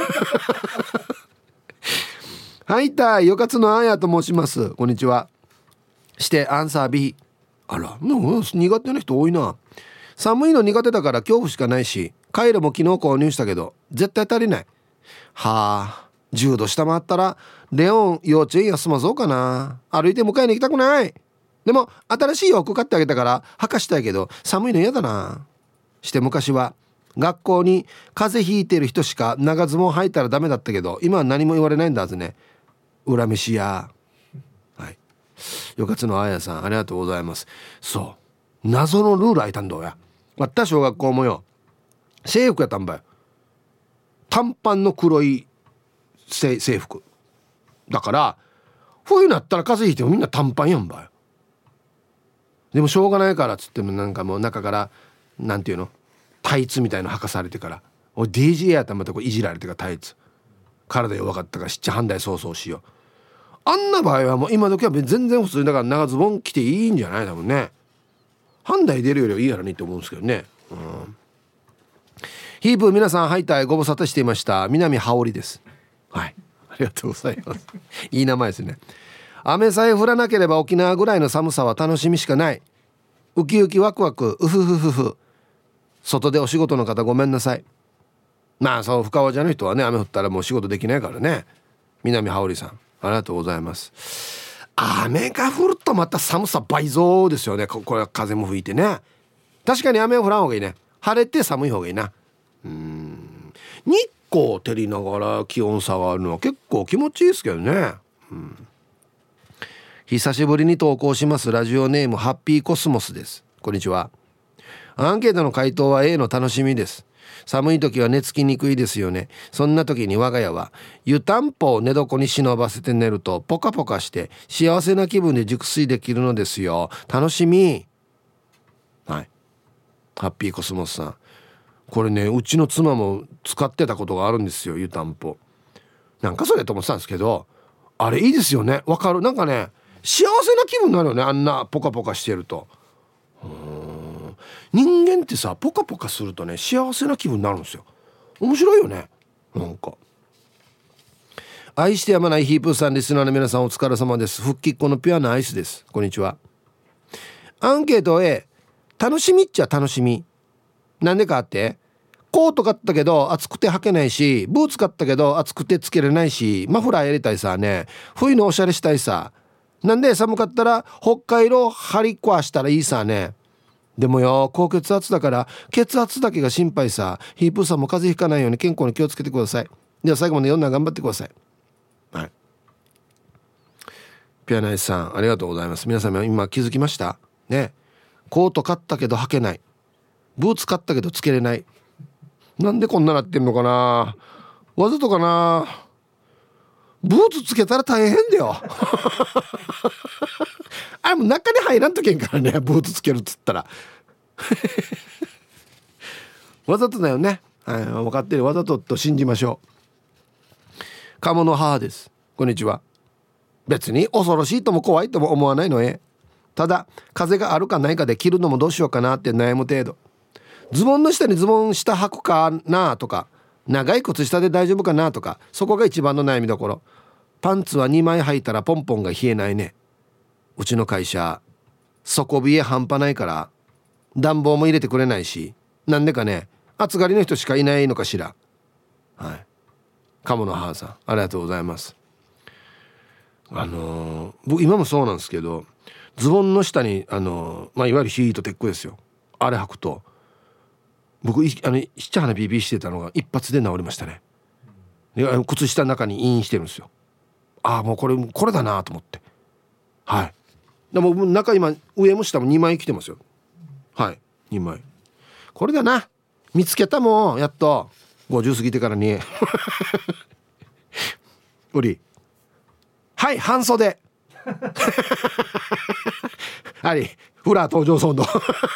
Speaker 1: はいたいよかつのあやと申します。こんにちは。してアンサー B。 あらもう苦手な人多いな。寒いの苦手だから恐怖しかないし、カイロも昨日購入したけど絶対足りない。はあじゅうど下回ったらレオン幼稚園休まそうかな。歩いて迎えに行きたくない。でも新しい洋服買ってあげたから履かしたいけど寒いの嫌だな。して昔は学校に風邪ひいてる人しか長ズボン履いたらダメだったけど今は何も言われないんだはずね。裏飯や。はい、よかつのあやさんありがとうございます。そう謎のルールあいたんどうや。わった小学校もよ制服やったんばよ。短パンの黒い制服だから冬になったら風邪ひいてもみんな短パンやんばよ。でもしょうがないからっつってもなんかもう中からなんていうのタイツみたいの履かされてから、俺 ディージェー やったらまたこういじられてからタイツ体弱かったから七半代早々しよう。あんな場合はもう今時は全然普通にだから長ズボン着ていいんじゃない多分ね。半代出るよりはいいやらねって思うんですけどね、うん、ヒープ皆さんハイタイご無沙汰していました南羽織です。はいありがとうございますいい名前ですね。雨さえ降らなければ沖縄ぐらいの寒さは楽しみしかない。ウキウキワクワクウフフフフ。外でお仕事の方ごめんなさい。まあそう深川じゃの人はね雨降ったらもう仕事できないからね。南羽織さんありがとうございます。雨が降るとまた寒さ倍増ですよね。これは風も吹いてね。確かに雨は降らん方がいいね。晴れて寒い方がいいな。うーん日光照りながら気温差があるのは結構気持ちいいですけどね、うん、久しぶりに投稿します。ラジオネームハッピーコスモスです。こんにちは。アンケートの回答は A の楽しみです。寒い時は寝つきにくいですよね。そんな時に我が家は湯たんぽを寝床に忍ばせて寝るとポカポカして幸せな気分で熟睡できるのですよ。楽しみ。はい、ハッピーコスモスさん、これねうちの妻も使ってたことがあるんですよ湯たんぽ。なんかそれと思ってたんですけどあれいいですよね。わかる。なんかね幸せな気分になるよねあんなポカポカしてると。うーん人間ってさポカポカするとね幸せな気分になるんですよ。面白いよね。なんか愛してやまないヒープーさん、リスナーの皆さんお疲れ様です。復帰っ子のピュアなアイスです。こんにちは。アンケート A、 楽しみっちゃ楽しみ。なんでかってコート買ったけど暑くて履けないし、ブーツ買ったけど暑くてつけれないし、マフラーやりたいさね。冬のおしゃれしたいさ。なんで寒かったら北海道張り壊したらいいさね。でもよ、高血圧だから血圧だけが心配さ。ヒープーさんも風邪ひかないように健康に気をつけてください。では最後まで読んだら頑張ってください。はい、ピアナイスさんありがとうございます。皆さん今気づきましたね。コート買ったけど履けない、ブーツ買ったけどつけれない。なんでこんななってんのかな。わざとかな。ブーツつけたら大変だよあれも中に入らんとけんからね、ブーツつけるっつったらわざとだよね、はい、分かってる。わざとと信じましょう。鴨の母です。こんにちは。別に恐ろしいとも怖いとも思わないのへ。ただ風があるかないかで着るのもどうしようかなって悩む程度。ズボンの下にズボン下履くかなとか、長い靴下で大丈夫かなとか、そこが一番の悩みどころ。パンツはにまい履いたらポンポンが冷えないね。うちの会社底冷え半端ないから暖房も入れてくれないし、なんでかね暑がりの人しかいないのかしら。はい、鴨の母さんありがとうございます。あのー、僕今もそうなんですけど、ズボンの下にあのー、まあ、いわゆるヒートテックですよ。あれ履くと僕あの七鼻ビビしてたのが一発で治りましたね。で靴下の中にインしてるんですよ。ああもうこれこれだなと思って。はい。でも中今上も下もにまい着てますよ。はいにまい。これだな、見つけたもんやっとごじゅう過ぎてからに売りはい半袖ありフラー登場ソンド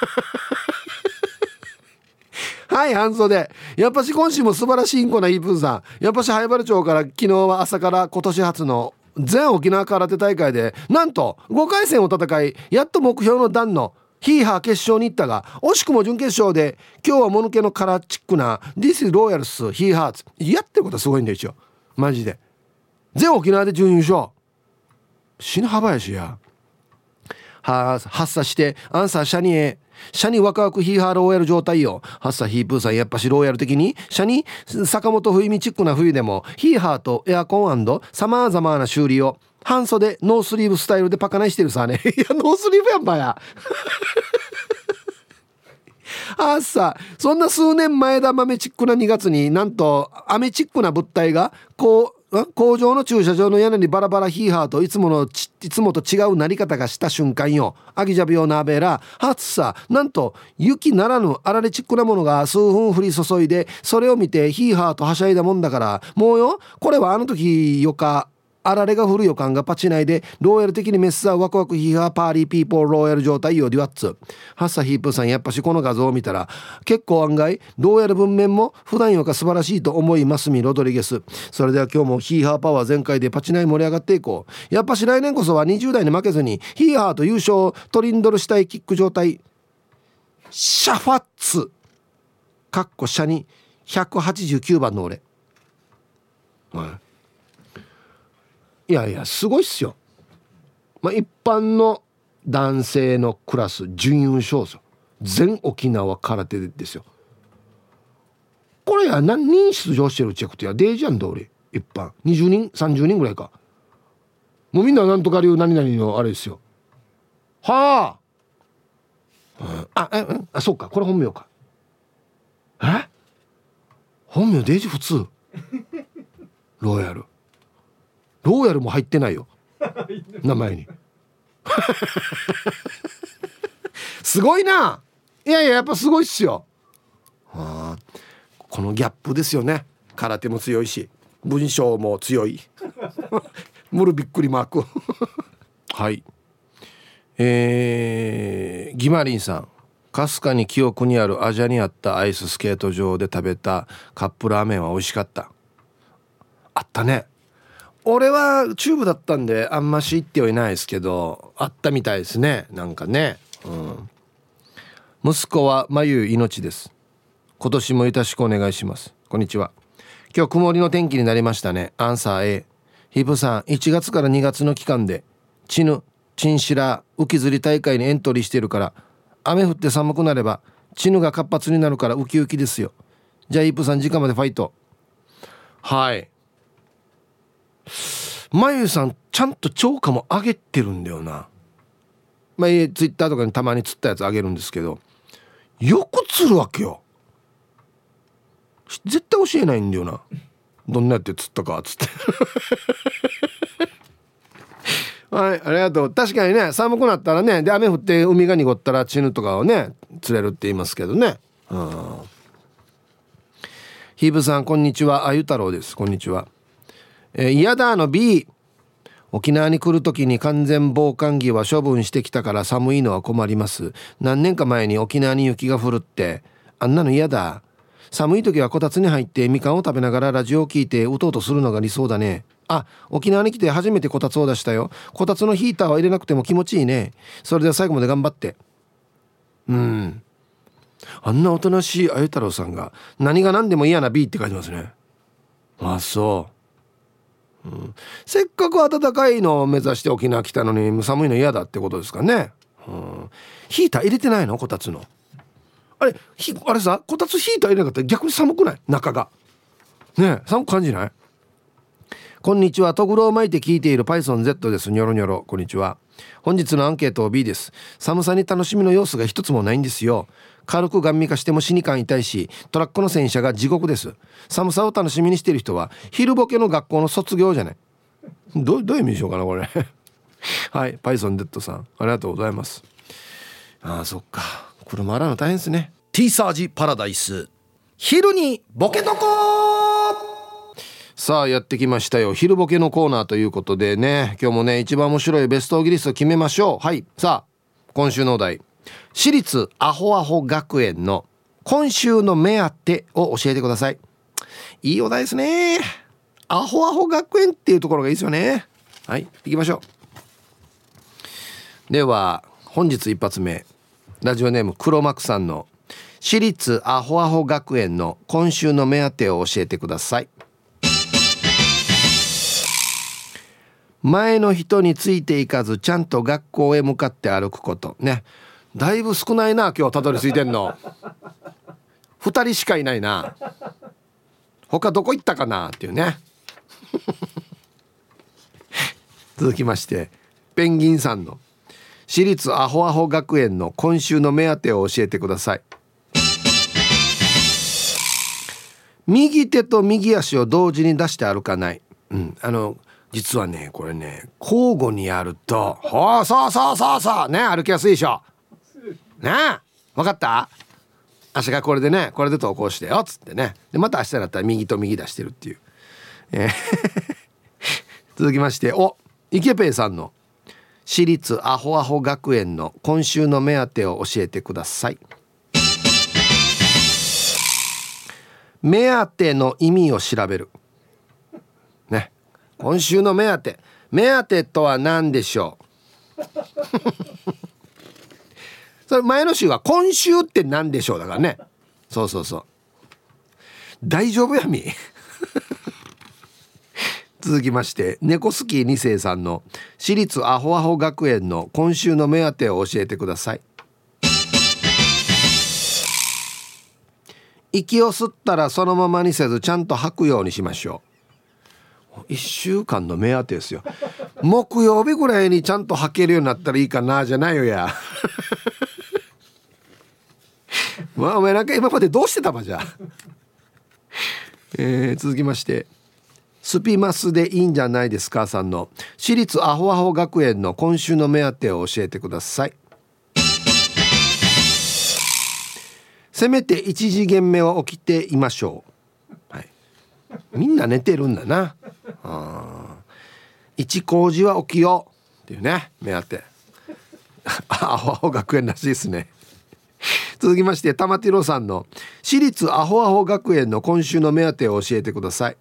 Speaker 1: はい半袖。やっぱし今週も素晴らしいインコなイープンさん。やっぱし灰原町から昨日は朝から今年初の全沖縄空手大会でなんとごかい戦を戦い、やっと目標の段のヒーハー決勝に行ったが惜しくも準決勝で、今日はもぬけのカラーチックな This is Royals ヒーハーツやってることはすごいんだよ。一応マジで全沖縄で準優勝。死ぬ幅やしやは発作してアンサーシャニへシャニワクワクヒーハーローヤル状態よ。ハッサヒープーさんやっぱしローヤル的にシャニ坂本冬美チックな冬でもヒーハーとエアコン&さまざまな修理を半袖ノースリーブスタイルでパカナイしてるさねいやノースリーブやんばやあっさそんな数年前だ豆チックなにがつになんとアメチックな物体がこう工場の駐車場の屋根にバラバラヒーハーといつものちいつもと違うなり方がした瞬間よ。アギジャビオナーベラハツさなんと雪ならぬあられチックなものが数分降り注いで、それを見てヒーハーとはしゃいだもんだから、もうよこれはあの時よかあられが降る予感がパチ内でローヤル的にメッサーワクワクヒーハーパーリーピーポーローヤル状態よデュワッツ。ハッサヒープーさんやっぱしこの画像を見たら結構案外ローヤル文面も普段よか素晴らしいと思いますみロドリゲス。それでは今日もヒーハーパワー全開でパチ内盛り上がっていこう。やっぱし来年こそはにじゅう代に負けずにヒーハーと優勝トリンドルしたいキック状態シャファッツかっこシャにひゃくはちじゅうきゅうばんの俺、はい、いやいやすごいっすよ。まあ、一般の男性のクラス準優勝ですよ。全沖縄空手ですよ。これや何人出場してるチェックってやデージャン通り一般にじゅうにんさんじゅうにんぐらいか。もうみんななんとか流何々のあれですよ。はあ、あえあそうかこれ本名か。え本名デージ普通ローヤルローヤルも入ってないよ名前にすごいな。いやいややっぱすごいっすよ。はあ、このギャップですよね。空手も強いし文章も強いムルびっくりマークはいえー、ギマリンさん、かすかに記憶にあるアジャにあったアイススケート場で食べたカップラーメンは美味しかった。あったね。俺はチューブだったんであんまし行ってはいないですけどあったみたいですね。なんかね、うん、 息子はまゆ命です。今年もよろしくお願いします。こんにちは。今日曇りの天気になりましたね。アンサー A。 ヒープさん、いちがつからにがつの期間でチヌチンシラ浮き釣り大会にエントリーしてるから、雨降って寒くなればチヌが活発になるからウキウキですよ。じゃあヒープさん、時間までファイト。はい、まゆさんちゃんと超過も上げてるんだよな。まあ、ツイッターとかにたまに釣ったやつ上げるんですけど、よく釣るわけよ。絶対教えないんだよな、どんなやって釣ったかっつってはい、ありがとう。確かにね、寒くなったらね、で雨降って海が濁ったらチヌとかをね釣れるって言いますけどね。うん。ヒーブさん、こんにちは。あゆ太郎です。こんにちは。えー、嫌だの B。 沖縄に来るときに完全防寒着は処分してきたから寒いのは困ります。何年か前に沖縄に雪が降るって、あんなの嫌だ。寒い時はこたつに入ってみかんを食べながらラジオを聞いてうとうとするのが理想だね。あ、沖縄に来て初めてこたつを出したよ。こたつのヒーターは入れなくても気持ちいいね。それでは最後まで頑張って。うん、あんなおとなしいあゆ太郎さんが何が何でも嫌な B って書いてますね。あ、そう、うん、せっかく暖かいのを目指して沖縄来たのに寒いの嫌だってことですかね。うん、ヒーター入れてないの、こたつの。あれ、ひあれさ、こたつヒーター入れなかったら逆に寒くない？中がねえ、寒く感じない？こんにちは。とぐろを巻いて聞いている パイソンゼット です。ニョロニョロ。こんにちは。本日のアンケート B です。寒さに楽しみの要素が一つもないんですよ。軽くガン見化しても死に感痛いし、トラックの洗車が地獄です。寒さを楽しみにしている人は昼ボケの学校の卒業じゃない。ど, どういう意味でしょうかなこれはい、パイソンゼット さん、ありがとうございます。ああ、そっか、車洗うの大変ですね。 T サージパラダイス、昼にボケとこ。さあやってきましたよ、昼ボケのコーナーということでね、今日もね一番面白いベストオギリストを決めましょう。はい、さあ今週のお題、私立アホアホ学園の今週の目当てを教えてください。いいお題ですね。アホアホ学園っていうところがいいですよね。はい、行きましょう。では本日一発目、ラジオネーム黒幕さんの私立アホアホ学園の今週の目当てを教えてください。前の人についていかずちゃんと学校へ向かって歩くことね。だいぶ少ないな今日たどり着いてんのふたりしかいないな。他どこ行ったかなっていうね続きましてペンギンさんの私立アホアホ学園の今週の目当てを教えてください。右手と右足を同時に出して歩かない。うん、あの実はねこれね交互にやると、ほうそうそうそうそうね、歩きやすいでしょね。分かった？足がこれでね、これで投稿してよっつってね、でまた明日になったら右と右出してるっていう、えー、続きまして、お池ペイさんの私立アホアホ学園の今週の目当てを教えてください。目当ての意味を調べるね。今週の目当て、目当てとは何でしょうそれ前の週は今週って何でしょうだからね。そうそうそう、大丈夫やみ続きまして猫スキーに世さんの私立アホアホ学園の今週の目当てを教えてください。息を吸ったらそのままにせずちゃんと吐くようにしましょう。いっしゅうかんの目当てですよ。木曜日ぐらいにちゃんと吐けるようになったらいいかなじゃないよやまあお前なんか今までどうしてたばじゃえー、続きましてスピマスでいいんじゃないですかさんの私立アホアホ学園の今週の目当てを教えてください。せめていちじげんめは起きていましょう。はい、みんな寝てるんだな。あ、一工事は起きようっていうね目当てアホアホ学園らしいですね。続きまして玉ティロさんの私立アホアホ学園の今週の目当てを教えてください。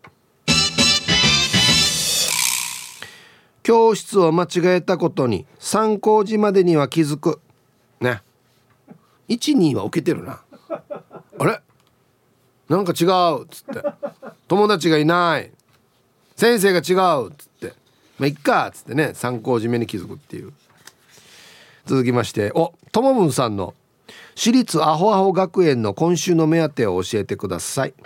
Speaker 1: 教室を間違えたことに参考時までには気づくね。 いちには受けてるな。あれなんか違うっつって、友達がいない、先生が違うっつって、まあいっかっつってね、参考締めに気づくっていう。続きまして、おともぶんさんの私立アホアホ学園の今週の目当てを教えてください。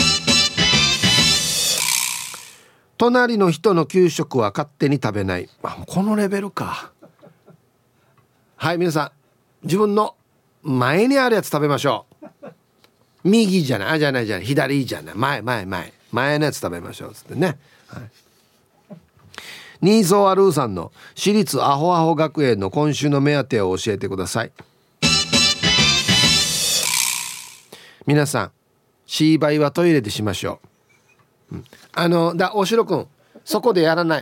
Speaker 1: 隣の人の給食は勝手に食べない。あ、このレベルか。はい、皆さん自分の前にあるやつ食べましょう。右じゃない、あじゃないじゃない、左じゃない、前前前前のやつ食べましょうつってね、はい、ニーソーアルーさんの私立アホアホ学園の今週の目当てを教えてください。皆さんシーバイはトイレでしましょう、うん、あのだおしろくんそこでやらない。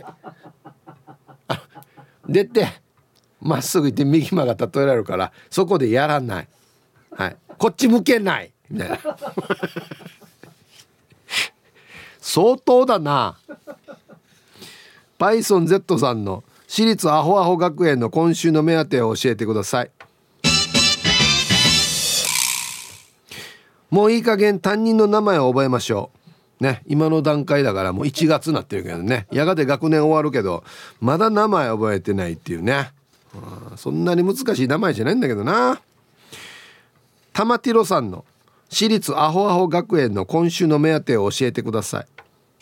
Speaker 1: 出てまっすぐ行って右曲がったらトイレあるからそこでやらない、はい、こっち向けないみたいな。相当だな。パイソン Z さんの私立アホアホ学園の今週の目当てを教えてください。もういい加減担任の名前を覚えましょうね。今の段階だからもういちがつになってるけどね、やがて学年終わるけどまだ名前覚えてないっていうね。そんなに難しい名前じゃないんだけどな。玉ティロさんの私立アホアホ学園の今週の目当てを教えてください。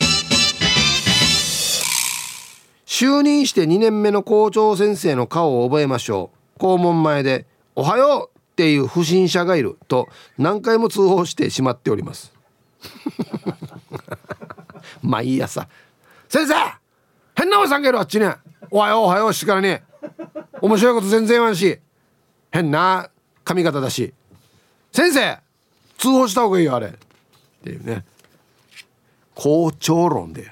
Speaker 1: 就任してにねんめの校長先生の顔を覚えましょう。校門前でおはようっていう不審者がいると何回も通報してしまっております。まあいいやさ。先生変なおじさんがいる、あっちにおはようおはようしてからね、面白いこと全然言わんし変な髪型だし、先生通報した方がいいよあれっていうね。校長論で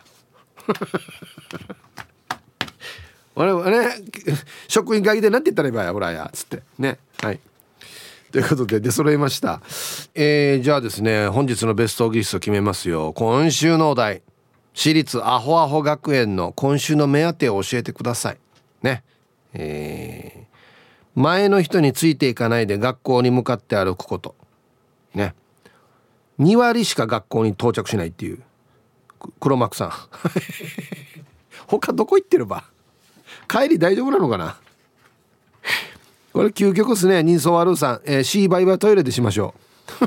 Speaker 1: 俺はね職員会議で何て言ったらいいばやほらやつってね。はい、ということで出揃いました。えー、じゃあですね本日のベストギフト決めますよ。今週のお題、私立アホアホ学園の今週の目当てを教えてくださいね。えー、前の人についていかないで学校に向かって歩くことね。に割しか学校に到着しないっていう黒幕さん。他どこ行ってるば、帰り大丈夫なのかな。これ究極ですね。人相悪さん、えー、C バイはトイレでしましょう。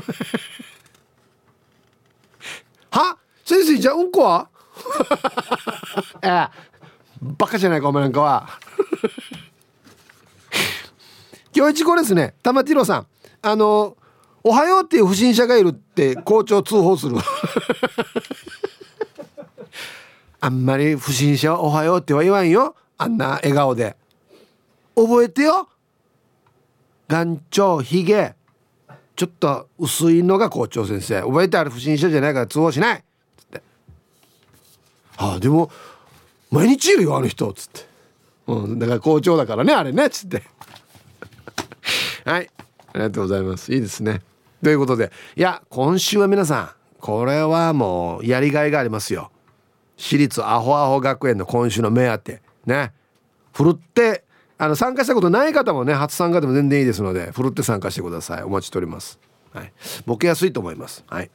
Speaker 1: は先生じゃあうんこは。えー、バカじゃないかお前なんかは。今日一これですね。玉ティロさん、あのおはようっていう不審者がいるって校長通報する。あんまり不審者はおはようっては言わんよ、あんな笑顔で。覚えてよ、眼長ひげちょっと薄いのが校長先生、覚えてある、不審者じゃないから通報しないつって。ああでも毎日いるよあの人つって、うん、だから校長だからねあれねつって。はい、ありがとうございます。いいですね。ということで、いや今週は皆さんこれはもうやりがいがありますよ。私立アホアホ学園の今週の目当てね、ふるってあの参加したことない方もね、初参加でも全然いいですのでふるって参加してください。お待ちしております。はい、ボケやすいと思います。はい、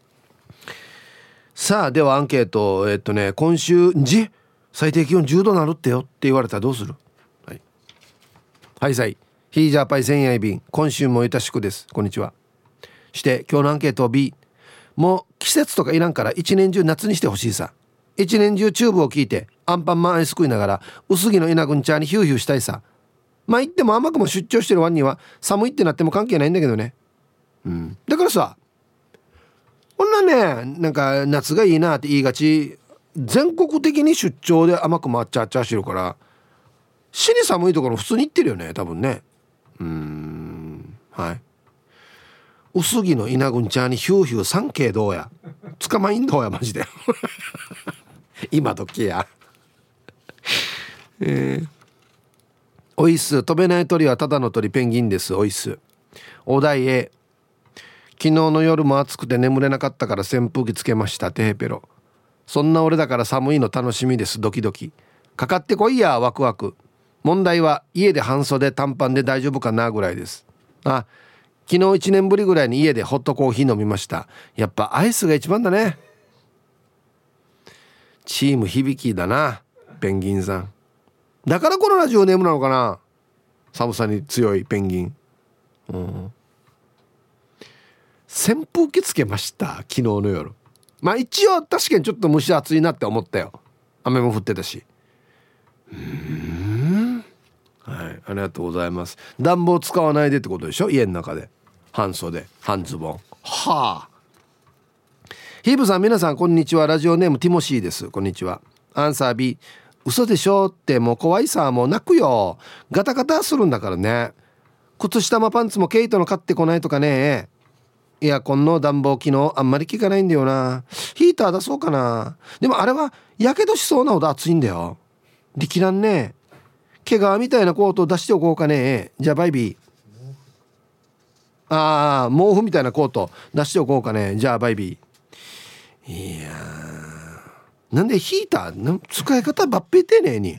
Speaker 1: さあではアンケート、えっとね今週じ最低気温じゅうどなるってよって言われたらどうする。はい、はいさいヒージャーパイ千夜便、今週もゆたしくです。こんにちは。して今日のアンケート B、 もう季節とかいらんから一年中夏にしてほしいさ。一年中チューブを聞いてアンパンマンアイス食いながら薄着の稲ぐんちゃんにヒューヒューしたいさ。まあ言っても甘くも出張してるワンには寒いってなっても関係ないんだけどね。うん、だからさ、こんなねなんか夏がいいなって言いがち、全国的に出張で甘くもあっちゃあっちゃしてるから死に寒いところ普通に行ってるよね多分ね。うーん、はい。薄着の稲ぐんちゃんにヒューヒュー三景どうや捕まいんどうやマジで。今時や。えー、おいっす。飛べない鳥はただの鳥ペンギンです。おいっす。お題 A、 昨日の夜も暑くて眠れなかったから扇風機つけました。テヘペロ。そんな俺だから寒いの楽しみです。ドキドキ。かかってこいやワクワク。問題は家で半袖短パンで大丈夫かなぐらいです。あ、 昨日いちねんぶりぐらいに家でホットコーヒー飲みました。やっぱアイスが一番だね。チーム響きだな、ペンギンさん。だからこのラジオネームなのかな、寒さに強いペンギン。うん、扇風機つけました昨日の夜。まあ一応確かにちょっと蒸し暑いなって思ったよ。雨も降ってたし。うーん、はい、ありがとうございます。暖房使わないでってことでしょ、家の中で。半袖半ズボン。はあ。ヒーブさん、皆さんこんにちは。ラジオネームティモシーです。こんにちは。アンサー B。 嘘でしょって、もう怖いさ、もう泣くよ。ガタガタするんだからね。靴下もパンツもケイトの買ってこないとかね。エアコンの暖房機能あんまり効かないんだよな。ヒーター出そうかな。でもあれはやけどしそうなほど暑いんだよ。力らんね。毛皮みたいなコートを出しておこうかね。じゃあバイビー。ああ、毛布みたいなコート出しておこうかね。じゃあバイビー。いやー、なんでヒーター使い方ばっぺ丁寧に。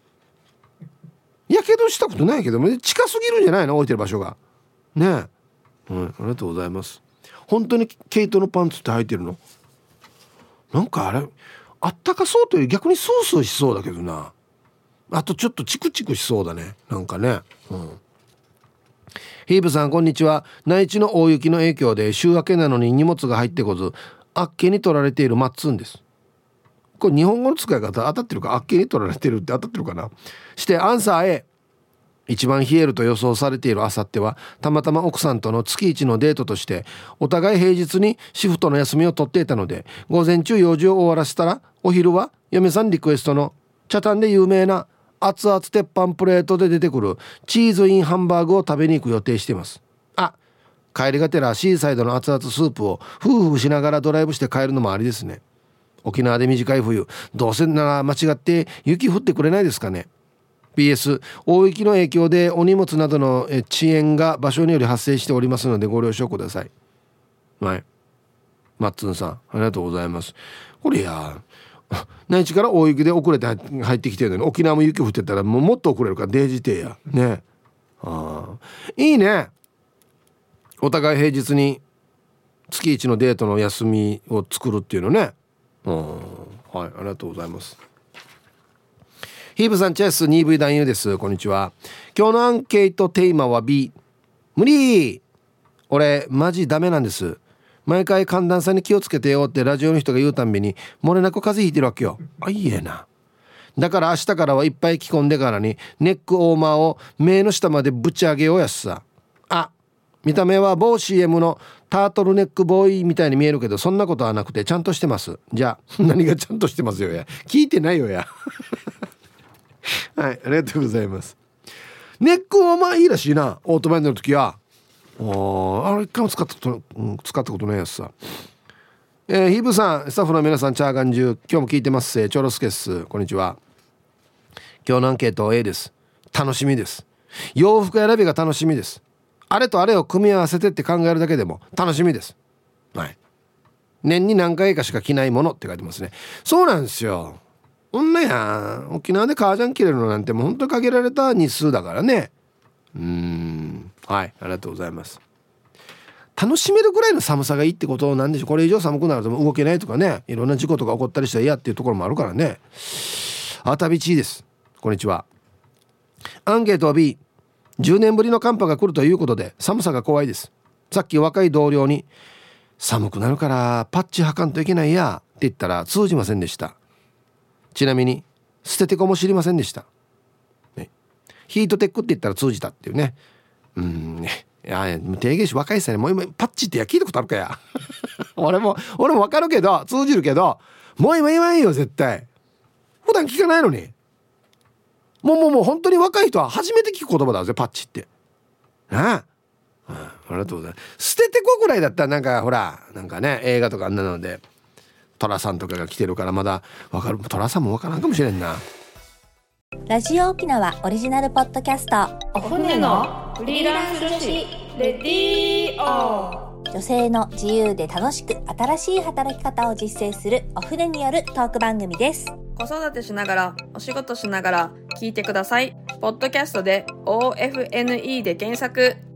Speaker 1: やけどしたことないけど近すぎるんじゃないの、置いてる場所がねえ、うん、ありがとうございます。本当に毛糸のパンツって履いてるの？なんかあれあったかそうというより逆にスースーしそうだけどな。あとちょっとチクチクしそうだね、なんかね。うん、ヒーブさんこんにちは。内地の大雪の影響で週明けなのに荷物が入ってこずあっけに取られているマッツンです。これ日本語の使い方当たってるか、あっけに取られてるって当たってるかな。してアンサー A。 一番冷えると予想されているあさってはたまたま奥さんとの月一のデートとしてお互い平日にシフトの休みを取っていたので、午前中用事を終わらせたらお昼は嫁さんリクエストのチャタンで有名な熱々鉄板プレートで出てくるチーズインハンバーグを食べに行く予定しています。あ、帰りがてらシーサイドの熱々スープを夫婦しながらドライブして帰るのもありですね。沖縄で短い冬、どうせなら間違って雪降ってくれないですかね。 ピーエス 大雪の影響でお荷物などの遅延が場所により発生しておりますのでご了承ください。はい、マッツンさんありがとうございます。これや内地から大雪で遅れて入ってきてるのに沖縄も雪降ってたらもうもっと遅れるからデージテやね。あ、いいね。お互い平日に月一のデートの休みを作るっていうのね。うん、はい、ありがとうございます。ヒーブさんチェス にブイ 男優です。こんにちは。今日のアンケートテーマは B。 無理、俺マジダメなんです。毎回寒暖差に気をつけてよってラジオの人が言うたんびに漏れなく風邪ひいてるわけよ。あ、いいえな。だから明日からはいっぱい着込んでからにネックウォーマーを目の下までぶち上げようやっさ。あ、見た目は某 シーエム のタートルネックボーイみたいに見えるけどそんなことはなくてちゃんとしてます。じゃあ何がちゃんとしてますよや、聞いてないよやはい、ありがとうございます。ネックウォーマーいいらしいな、オートバイ乗るときは。あれ一回も使ったこと、うん、使ったことないやつさ。えー、ヒーブさん、スタッフの皆さん、チャーガンジュ、今日も聞いてます。チョロスケっす。こんにちは。今日のアンケート A です。楽しみです。洋服選びが楽しみです。あれとあれを組み合わせてって考えるだけでも楽しみです。はい。年に何回かしか着ないものって書いてますね。そうなんですよ。女や沖縄で革ジャン着れるのなんてもう本当に限られた日数だからね。うーん、はい、ありがとうございます。楽しめるぐらいの寒さがいいってことなんでしょう。これ以上寒くなると動けないとかね、いろんな事故とか起こったりしたら嫌っていうところもあるからね。あたびちです。こんにちは。アンケートは B。 じゅうねんぶりの寒波が来るということで寒さが怖いです。さっき若い同僚に寒くなるからパッチ履かんといけないやって言ったら通じませんでした。ちなみに捨ててこも知りませんでした、ね、ヒートテックって言ったら通じたっていうね。うーんね、いや低減し若いさね、もう今パッチってや聞いたことあるかや俺も俺も分かるけど通じるけどもう今言わんよ絶対。普段聞かないのに。もうもうもう本当に若い人は初めて聞く言葉だぜパッチってなあ、うん、ありがとうございます。捨ててこぐらいだったらなんかほらなんかね映画とかあんなのでトラさんとかが来てるからまだわかる。トラさんもわからんかもしれんな。
Speaker 3: ラジオ沖縄オリジナルポッドキャスト
Speaker 4: お船のフリーランス女子レディオ。
Speaker 3: 女性の自由で楽しく新しい働き方を実践するお船によるトーク番組です。
Speaker 4: 子育てしながらお仕事しながら聞いてください。ポッドキャストで オーエフエヌイー で検索。